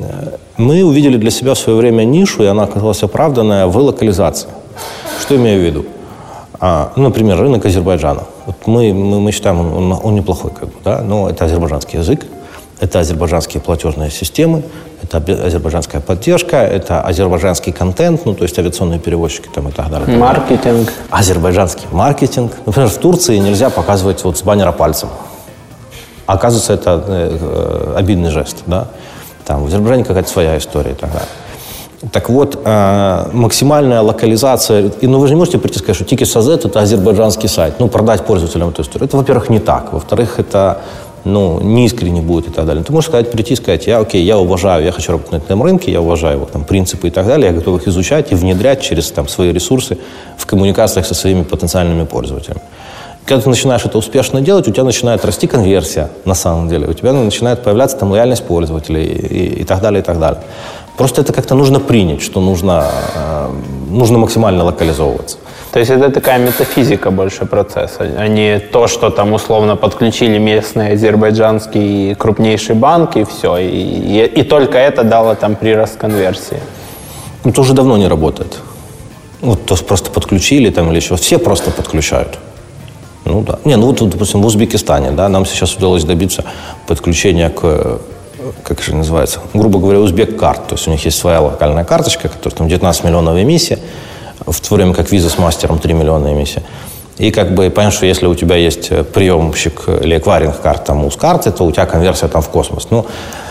мы увидели для себя в свое время нишу, и она оказалась оправданная в локализации. Что имею в виду? Например, рынок Азербайджана. Вот мы считаем, он неплохой, как бы, да? Но это азербайджанский язык, это азербайджанские платежные системы, это азербайджанская поддержка, это азербайджанский контент, ну, то есть авиационные перевозчики там, и так далее. Маркетинг. Азербайджанский маркетинг. Например, в Турции нельзя показывать вот с баннера пальцем. Оказывается, это обидный жест, да? Там в Азербайджане какая-то своя история и так далее. Так вот, максимальная локализация, ну вы же не можете прийти и сказать, что Tickets.AZ это азербайджанский сайт, ну продать пользователям эту историю. Это, во-первых, не так, во-вторых, это, ну, неискренне будет и так далее. Ты можешь прийти и сказать, я уважаю, я хочу работать на этом рынке, я уважаю его там принципы и так далее, я готов их изучать и внедрять через там свои ресурсы в коммуникациях со своими потенциальными пользователями. Когда ты начинаешь это успешно делать, у тебя начинает расти конверсия, на самом деле. У тебя начинает появляться там лояльность пользователей и так далее, и так далее. Просто это как-то нужно принять, что нужно максимально локализовываться. То есть это такая метафизика больше процесса, а не то, что там условно подключили местный азербайджанский крупнейший банк и все. И только это дало там прирост конверсии. Ну, это уже давно не работает. Вот то просто подключили там или еще. Все просто подключают. Ну да. Вот, допустим, в Узбекистане, да, нам сейчас удалось добиться подключения к, как же называется, грубо говоря, узбек-карт. То есть у них есть своя локальная карточка, которая там 19 миллионов эмиссий, в то время как виза с мастером 3 миллиона эмиссий. И как бы понятно, что если у тебя есть приемщик или эквайринг карт, там, УЗ-карты, то у тебя конверсия там в космос. Ну,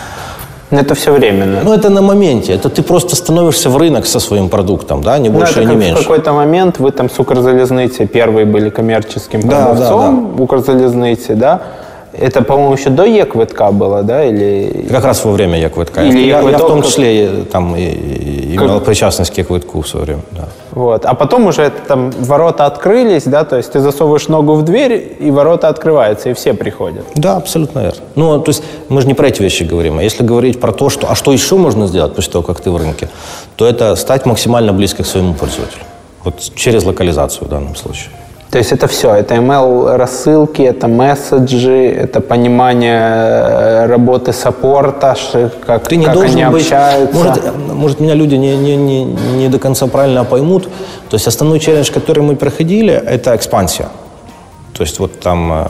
это все временно. Ну, это на моменте. Это ты просто становишься в рынок со своим продуктом, да, не больше и не меньше. В какой-то момент вы там с Укрзалезницы первые были коммерческим продавцом Укрзалезницы, да? Это, по-моему, еще до ЕКВТК было, да? Или... Как раз во время ЕКВТК. Я в том числе там имел причастность к ЕКВТКу в свое время, да. Вот. А потом уже там ворота открылись, да? То есть ты засовываешь ногу в дверь, и ворота открываются, и все приходят. Да, абсолютно верно. Ну, то есть мы же не про эти вещи говорим. А если говорить про то, что еще можно сделать после того, как ты в рынке, то это стать максимально близко к своему пользователю. Вот через локализацию в данном случае. То есть это все, это email-рассылки, это месседжи, это понимание работы саппорта, как они общаются. Может, меня люди не до конца правильно поймут. То есть основной челлендж, который мы проходили, это экспансия. То есть вот там...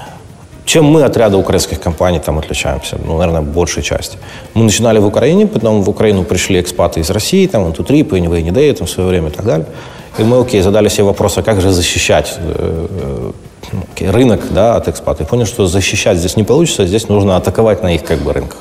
Чем мы от ряда украинских компаний там отличаемся? Ну, наверное, большей части. Мы начинали в Украине, потом в Украину пришли экспаты из России, там, One2Trip, Anyway, там, в свое время и так далее. И мы, задали себе вопрос, а как же защищать рынок, да, от экспата. И поняли, что защищать здесь не получится, здесь нужно атаковать на их как бы рынках.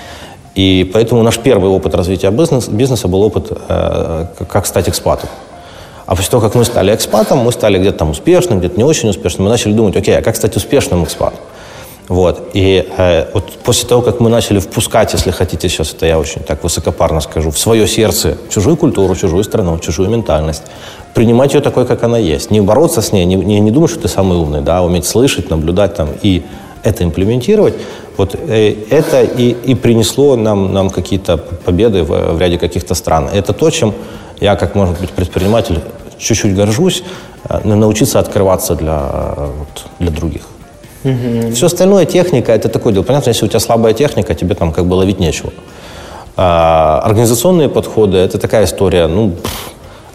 И поэтому наш первый опыт развития бизнеса был опыт, как стать экспатом. А после того, как мы стали экспатом, мы стали где-то там успешным, где-то не очень успешным, мы начали думать, окей, а как стать успешным экспатом? Вот. И вот после того, как мы начали впускать, если хотите, сейчас это я очень так высокопарно скажу, в свое сердце чужую культуру, чужую страну, чужую ментальность, принимать ее такой, как она есть, не бороться с ней, не думать, что ты самый умный, да, а уметь слышать, наблюдать там и это имплементировать, вот это и принесло нам какие-то победы в ряде каких-то стран. Это то, чем я, как, может быть, предприниматель, чуть-чуть горжусь, научиться открываться для других. Все остальное техника, это такое дело. Понятно, если у тебя слабая техника, тебе там как бы ловить нечего. Организационные подходы, это такая история, ну,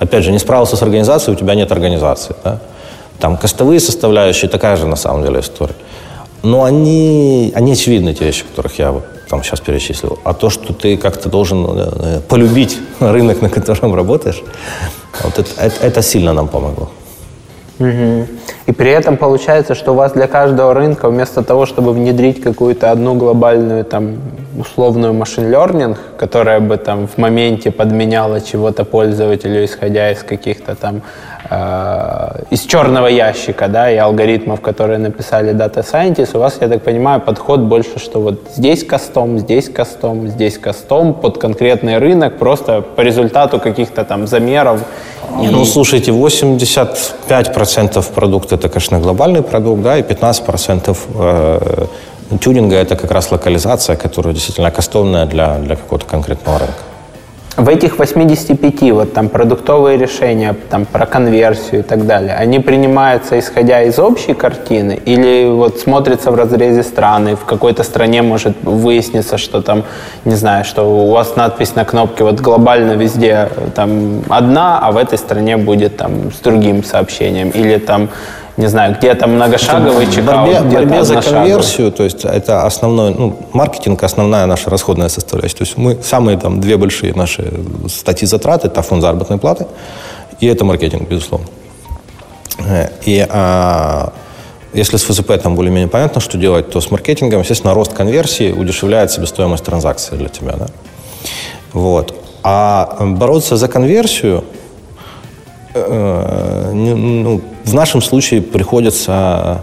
Опять же, не справился с организацией, у тебя нет организации. Да? Там костовые составляющие, такая же на самом деле история. Но они очевидны, те вещи, которых я вот там сейчас перечислил. А то, что ты как-то должен полюбить рынок, на котором работаешь, вот это сильно нам помогло. Угу. И при этом получается, что у вас для каждого рынка вместо того, чтобы внедрить какую-то одну глобальную там условную машин-лернинг, которая бы там в моменте подменяла чего-то пользователю, исходя из каких-то там из черного ящика, да, и алгоритмов, которые написали Data Scientist, у вас, я так понимаю, подход больше, что вот здесь кастом, здесь кастом, здесь кастом под конкретный рынок, просто по результату каких-то там замеров. Ну, слушайте, 85% продукта — это, конечно, глобальный продукт, да, и 15% тюнинга — это как раз локализация, которая действительно кастомная для какого-то конкретного рынка. В этих 85 вот там продуктовые решения, там про конверсию и так далее, они принимаются исходя из общей картины или вот смотрятся в разрезе страны, в какой-то стране может выясниться, что там, не знаю, что у вас надпись на кнопке вот глобально везде там одна, а в этой стране будет там с другим сообщением, или там, не знаю, где-то многошаговый чекаут, где-то борьбе за конверсию, то есть это основной, маркетинг — основная наша расходная составляющая. То есть мы самые там две большие наши статьи затрат — это фонд заработной платы и это маркетинг, безусловно. И если с ФЗП там более-менее понятно, что делать, то с маркетингом, естественно, рост конверсии удешевляет себестоимость транзакции для тебя, да? Вот. А бороться за конверсию в нашем случае приходится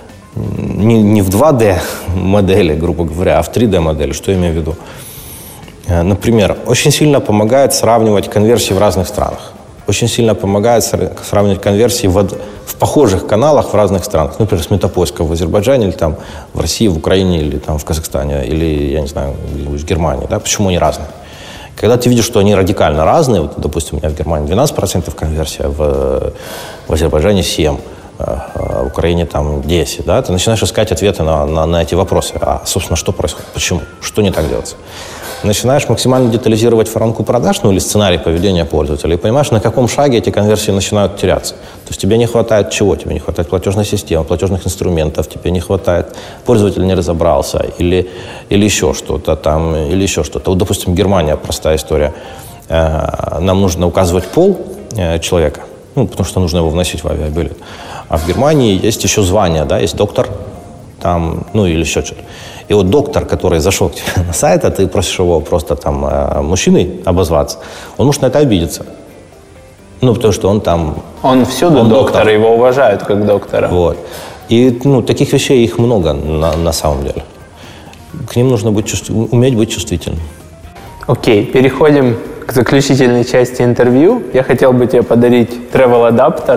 не в 2D модели, грубо говоря, а в 3D модели. Что я имею в виду? Например, очень сильно помогает сравнивать конверсии в разных странах. Очень сильно помогает сравнивать конверсии в похожих каналах в разных странах. Например, с Метапоиска в Азербайджане, или там в России, в Украине, или там в Казахстане, или, я не знаю, в Германии. Да? Почему они разные? Когда ты видишь, что они радикально разные, вот, допустим, у меня в Германии 12% конверсия, в Азербайджане 7%, в Украине там 10%, да, ты начинаешь искать ответы на эти вопросы. А, собственно, что происходит? Почему? Что не так делается? Начинаешь максимально детализировать воронку продаж, или сценарий поведения пользователя, и понимаешь, на каком шаге эти конверсии начинают теряться. То есть тебе не хватает чего? Тебе не хватает платежной системы, платежных инструментов, тебе не хватает, пользователь не разобрался, или еще что-то там, или еще что-то. Вот, допустим, Германия, простая история. Нам нужно указывать пол человека, потому что нужно его вносить в авиабилет. А в Германии есть еще звание, да, есть доктор, там, или еще что-то. И вот доктор, который зашел к тебе на сайт, а ты просишь его просто там мужчиной обозваться, он может на это обидеться. Потому что он там... Он всюду доктор, его уважают как доктора. Вот. И таких вещей их много на самом деле. К ним нужно уметь быть чувствительным. Окей, переходим к заключительной части интервью. Я хотел бы тебе подарить Travel Adapter.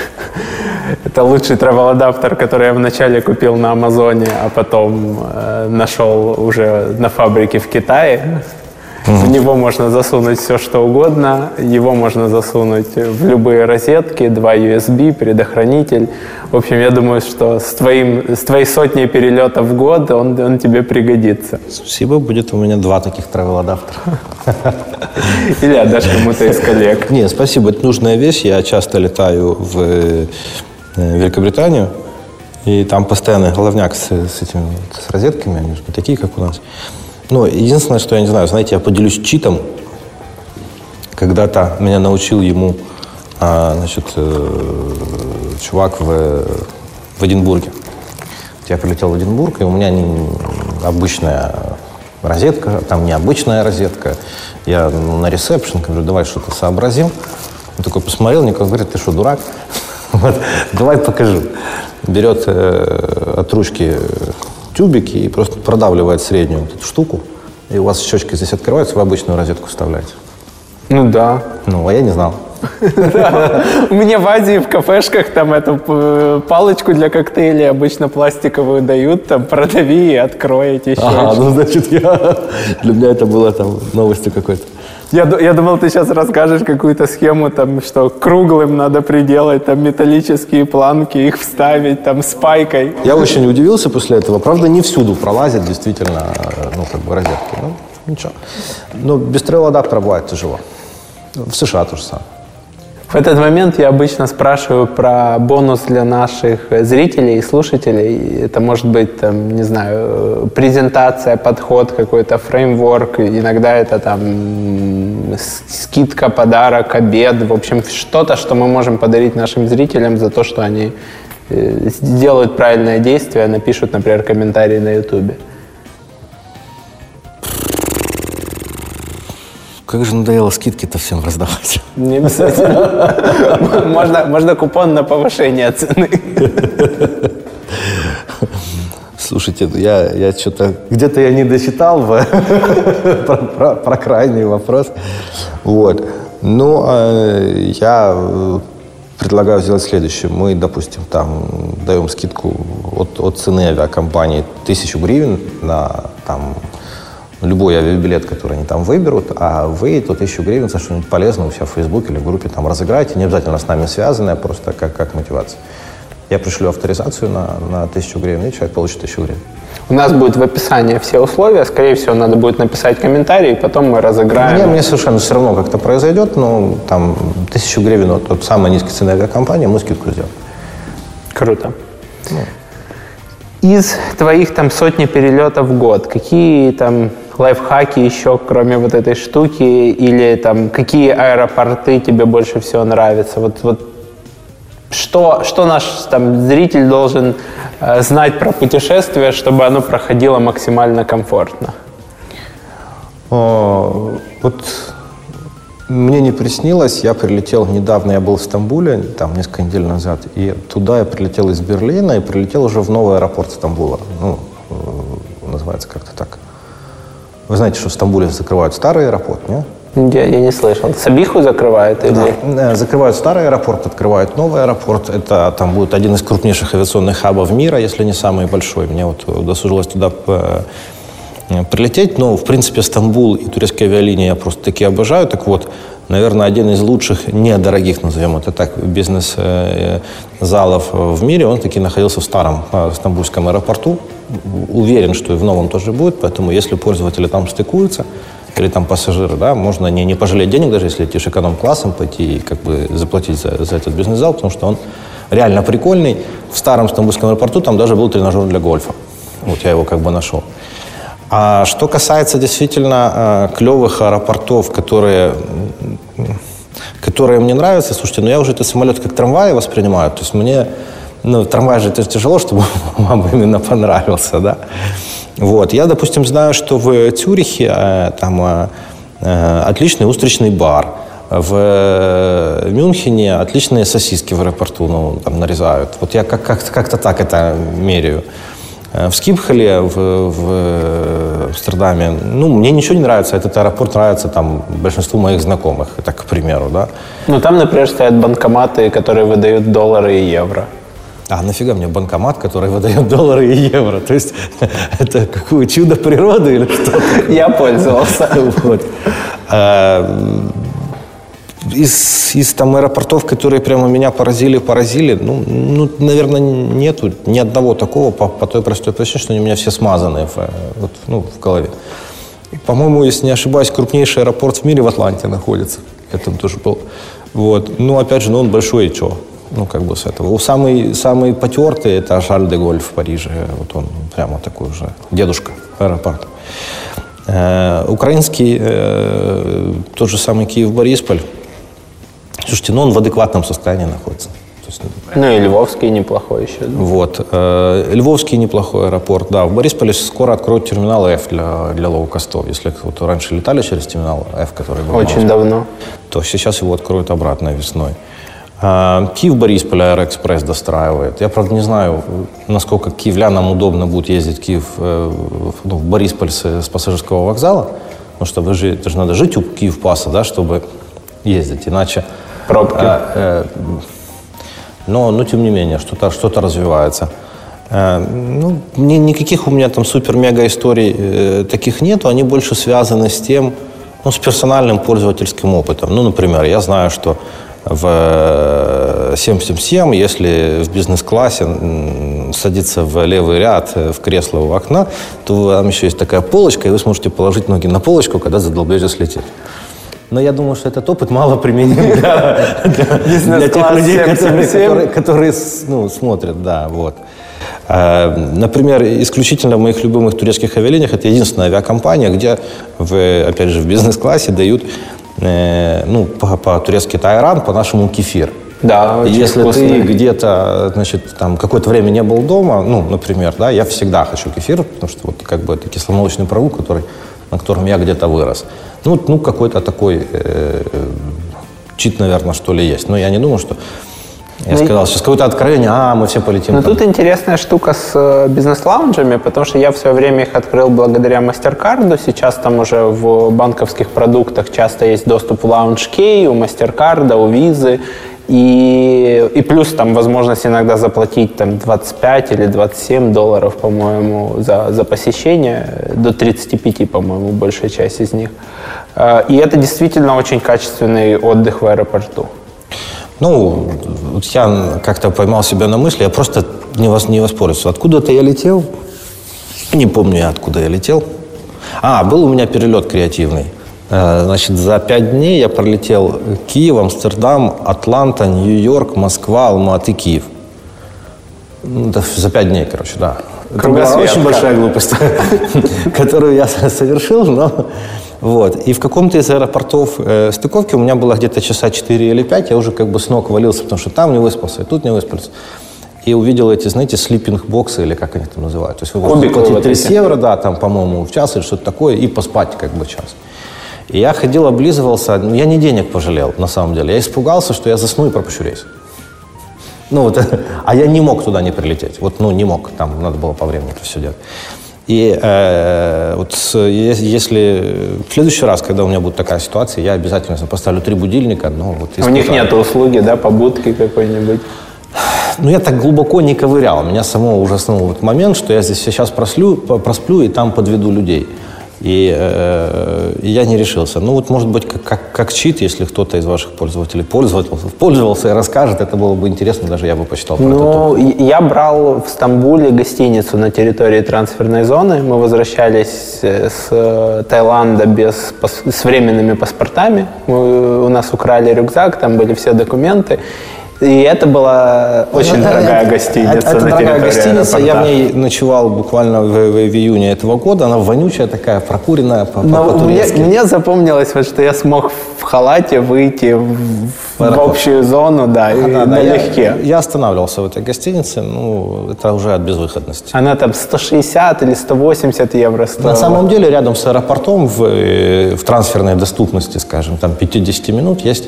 Это лучший travel адаптер, который я вначале купил на Амазоне, а потом нашел уже на фабрике в Китае. В него можно засунуть все, что угодно. Его можно засунуть в любые розетки, 2 USB, предохранитель. В общем, я думаю, что с твоей сотней перелетов в год он тебе пригодится. Спасибо, будет у меня 2 таких travel адаптера. Или отдашь кому-то из коллег. Нет, спасибо, это нужная вещь. Я часто летаю в Великобританию, и там постоянный головняк с розетками, они же не такие, как у нас. Единственное, что я не знаю, знаете, я поделюсь читом. Когда-то меня научил ему, чувак в Эдинбурге. Я прилетел в Эдинбург, и у меня обычная розетка, там необычная розетка. Я на ресепшн говорю, давай что-то сообразим. Он такой посмотрел, никак говорит, ты что, дурак? Вот, давай покажу. Берет от ручки тюбики и просто продавливает среднюю вот эту штуку. И у вас щечки здесь открываются, вы обычную розетку вставляете. Да. А я не знал. Мне в Азии в кафешках там эту палочку для коктейлей обычно пластиковую дают, там продави и открой эти щечки. Значит, для меня это было там новостью какой-то. Я думал, ты сейчас расскажешь какую-то схему, там, что круглым надо приделать, там, металлические планки, их вставить, там, с пайкой. Я очень удивился после этого. Правда, не всюду пролазят действительно, розетки. Ничего. Но без travel адаптера бывает тяжело. В США то же самое. В этот момент я обычно спрашиваю про бонус для наших зрителей и слушателей. Это может быть, там, не знаю, презентация, подход, какой-то фреймворк. Иногда это там скидка, подарок, обед. В общем, что-то, что мы можем подарить нашим зрителям за то, что они сделают правильное действие, напишут, например, комментарий на YouTube. Как же надоело скидки-то всем раздавать. Не обязательно. Можно купон на повышение цены. Слушайте, я что-то... Где-то я не дочитал про крайний вопрос. Вот. Ну, я предлагаю сделать следующее. Мы, допустим, там даем скидку от цены авиакомпании 1000 гривен на там любой авиабилет, который они там выберут, а вы эту 1000 гривен за что-нибудь полезное у себя в Фейсбуке или в группе там разыграете, не обязательно с нами связанное, просто как мотивация. Я пришлю авторизацию на 1000 гривен, и человек получит 1000 гривен. У нас будет в описании все условия. Скорее всего, надо будет написать комментарий, и потом мы разыграем. Мне совершенно все равно как-то произойдет, но там 1000 гривен от самой низкой цены авиакомпании мы скидку сделаем. Круто. Из твоих там сотни перелетов в год, какие там лайфхаки еще, кроме вот этой штуки, или там какие аэропорты тебе больше всего нравятся? Вот что наш там зритель должен знать про путешествие, чтобы оно проходило максимально комфортно? Вот мне не приснилось, я прилетел недавно, я был в Стамбуле, там несколько недель назад, и туда я прилетел из Берлина и прилетел уже в новый аэропорт Стамбула. Ну, называется как-то так. Вы знаете, что в Стамбуле закрывают старый аэропорт, не? Я не слышал. Сабиху закрывают? Или? Да, закрывают старый аэропорт, открывают новый аэропорт. Это там будет один из крупнейших авиационных хабов мира, если не самый большой. Мне вот удосужилось туда прилететь. Но, в принципе, Стамбул и турецкие авиалинии я просто таки обожаю. Так вот, наверное, один из лучших, недорогих, назовем это так, бизнес-залов в мире, он таки находился в старом стамбульском аэропорту. Уверен, что и в новом тоже будет, поэтому если пользователи там стыкуются, или там пассажиры, да, можно не пожалеть денег, даже если летишь эконом-классом, пойти и как бы заплатить за этот бизнес-зал, потому что он реально прикольный. В старом стамбульском аэропорту там даже был тренажер для гольфа. Вот я его как бы нашел. А что касается действительно клевых аэропортов, которые мне нравятся, слушайте, я уже этот самолет как трамвай воспринимаю, то есть мне, трамвай же это тяжело, чтобы вам именно понравился, да. Вот. Я, допустим, знаю, что в Цюрихе там отличный устричный бар, в Мюнхене отличные сосиски в аэропорту там нарезают. Вот я как-то так это меряю. В Скипхоле, в Амстердаме, мне ничего не нравится. Этот аэропорт нравится там большинству моих знакомых, это к примеру, да. Там, например, стоят банкоматы, которые выдают доллары и евро. А нафига мне банкомат, который выдает доллары и евро? То есть это какое чудо природы или что? Я пользовался. Вот. Из там аэропортов, которые прямо меня поразили, наверное, нету ни одного такого по той простой причине, что они у меня все смазаны в голове. И, по-моему, если не ошибаюсь, крупнейший аэропорт в мире в Атланте находится. Я там тоже был. Вот. Опять же, он большой и чё? С этого. Самый потертый – это Шарль де Голль в Париже. Вот он прямо такой уже дедушка аэропорта. Украинский, тот же самый Киев-Борисполь. Слушайте, он в адекватном состоянии находится. То есть, и Львовский неплохой еще. Да? Вот. Львовский неплохой аэропорт, да. В Борисполе скоро откроют терминал F для лоукостов. Если раньше летали через терминал F, который был очень давно, то сейчас его откроют обратно весной. Киев-Борисполь Аэроэкспресс достраивает. Я, правда, не знаю, насколько киевлянам удобно будет ездить в Киев, в Борисполь с пассажирского вокзала. Потому что это же надо жить у Киев-Паса, да, чтобы ездить. Иначе... Пробки. Но тем не менее, что-то развивается. Никаких у меня там супер-мега историй таких нету. Они больше связаны с тем, с персональным пользовательским опытом. Например, я знаю, что в 777, если в бизнес-классе садиться в левый ряд в кресло у окна, то там еще есть такая полочка, и вы сможете положить ноги на полочку, когда задолбежите слететь. Но я думаю, что этот опыт мало применим для тех людей, которые смотрят. Да, вот. Например, исключительно в моих любимых турецких авиалиниях это единственная авиакомпания, где, опять же, в бизнес-классе дают по-турецки тайран, по-нашему кефир. Да, очень если вкусный. ты где-то, значит, там какое-то время не был дома, например, да, я всегда хочу кефир, потому что вот как бы это кисломолочный продукт, на котором я где-то вырос. Какой-то такой чит, наверное, что ли, есть. Но я не думаю, что... Я сказал, сейчас какое-то откровение, мы все полетим. Но тут интересная штука с бизнес-лаунжами, потому что я в свое время их открыл благодаря MasterCard. Сейчас там уже в банковских продуктах часто есть доступ в LoungeKey, у MasterCard, у Visa. И плюс там возможность иногда заплатить там 25 или 27 долларов, по-моему, за посещение, до 35, по-моему, большая часть из них. И это действительно очень качественный отдых в аэропорту. Я как-то поймал себя на мысли, я просто не воспользовался. Откуда-то я летел, не помню я, откуда я летел. Был у меня перелет креативный. Значит, за 5 дней я пролетел Киев, Амстердам, Атланта, Нью-Йорк, Москва, Алматы, Киев. За 5 дней, короче, да. Это была очень большая глупость, которую я совершил, но... Вот. И в каком-то из аэропортов стыковки у меня было где-то часа 4 или 5, я уже как бы с ног валился, потому что там не выспался, и тут не выспался. И увидел эти, знаете, слиппинг-боксы, или как они там называют. То есть вы можете платить 30 евро, да, там, по-моему, в час или что-то такое, и поспать как бы час. И я ходил, облизывался, я не денег пожалел, на самом деле. Я испугался, что я засну и пропущу рейс. А я не мог туда не прилететь. Не мог, там надо было по времени это все делать. И если в следующий раз, когда у меня будет такая ситуация, я обязательно поставлю 3 будильника. У них нет услуги, да, побудки какой-нибудь? Я так глубоко не ковырял. Меня самого ужаснул момент, что я здесь сейчас просплю и там подведу людей. И я не решился. Может быть, как чит, если кто-то из ваших пользователей пользовался и расскажет, это было бы интересно, даже я бы почитал про это. Я брал в Стамбуле гостиницу на территории трансферной зоны. Мы возвращались с Таиланда с временными паспортами. У нас украли рюкзак, там были все документы. И это была очень дорогая гостиница. Это дорогая гостиница. Я в ней ночевал буквально в июне этого года. Она вонючая такая, прокуренная по-турецки. Мне запомнилось, что я смог в халате выйти в общую зону, налегке. Я останавливался в этой гостинице. Это уже от безвыходности. Она там 160 или 180 евро стоила. На самом деле, рядом с аэропортом в трансферной доступности, скажем, там 50 минут есть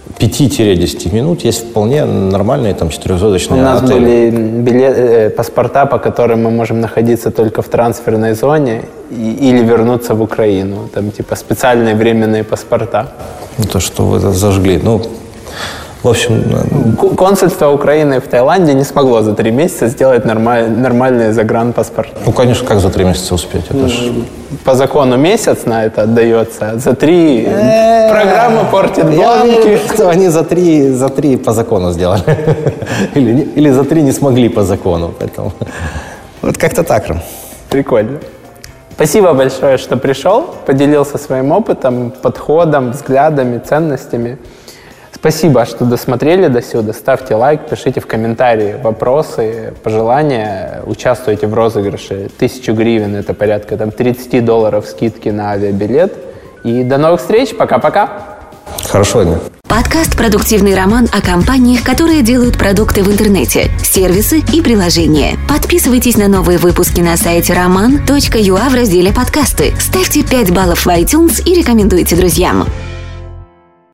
5-10 минут есть вполне нормальные там 4-звездочные отели. У нас были паспорта, по которым мы можем находиться только в трансферной зоне или вернуться в Украину. Там типа специальные временные паспорта. То, что вы зажгли. В общем... Консульство Украины в Таиланде не смогло за 3 месяца сделать нормальные загранпаспорта. Конечно, как за 3 месяца успеть? По закону месяц на это отдается, за 3 программа портит бланки. Я уверен, что они за 3 по закону сделали. Или за 3 не смогли по закону. Поэтому как-то так. Прикольно. Спасибо большое, что пришел, поделился своим опытом, подходом, взглядами, ценностями. Спасибо, что досмотрели до сюда. Ставьте лайк, пишите в комментарии вопросы, пожелания. Участвуйте в розыгрыше. 1000 гривен – это порядка $30 скидки на авиабилет. И до новых встреч. Пока-пока. Хорошего дня. Подкаст «Продуктивный роман» о компаниях, которые делают продукты в интернете, сервисы и приложения. Подписывайтесь на новые выпуски на сайте roman.ua в разделе «Подкасты». Ставьте 5 баллов в iTunes и рекомендуйте друзьям.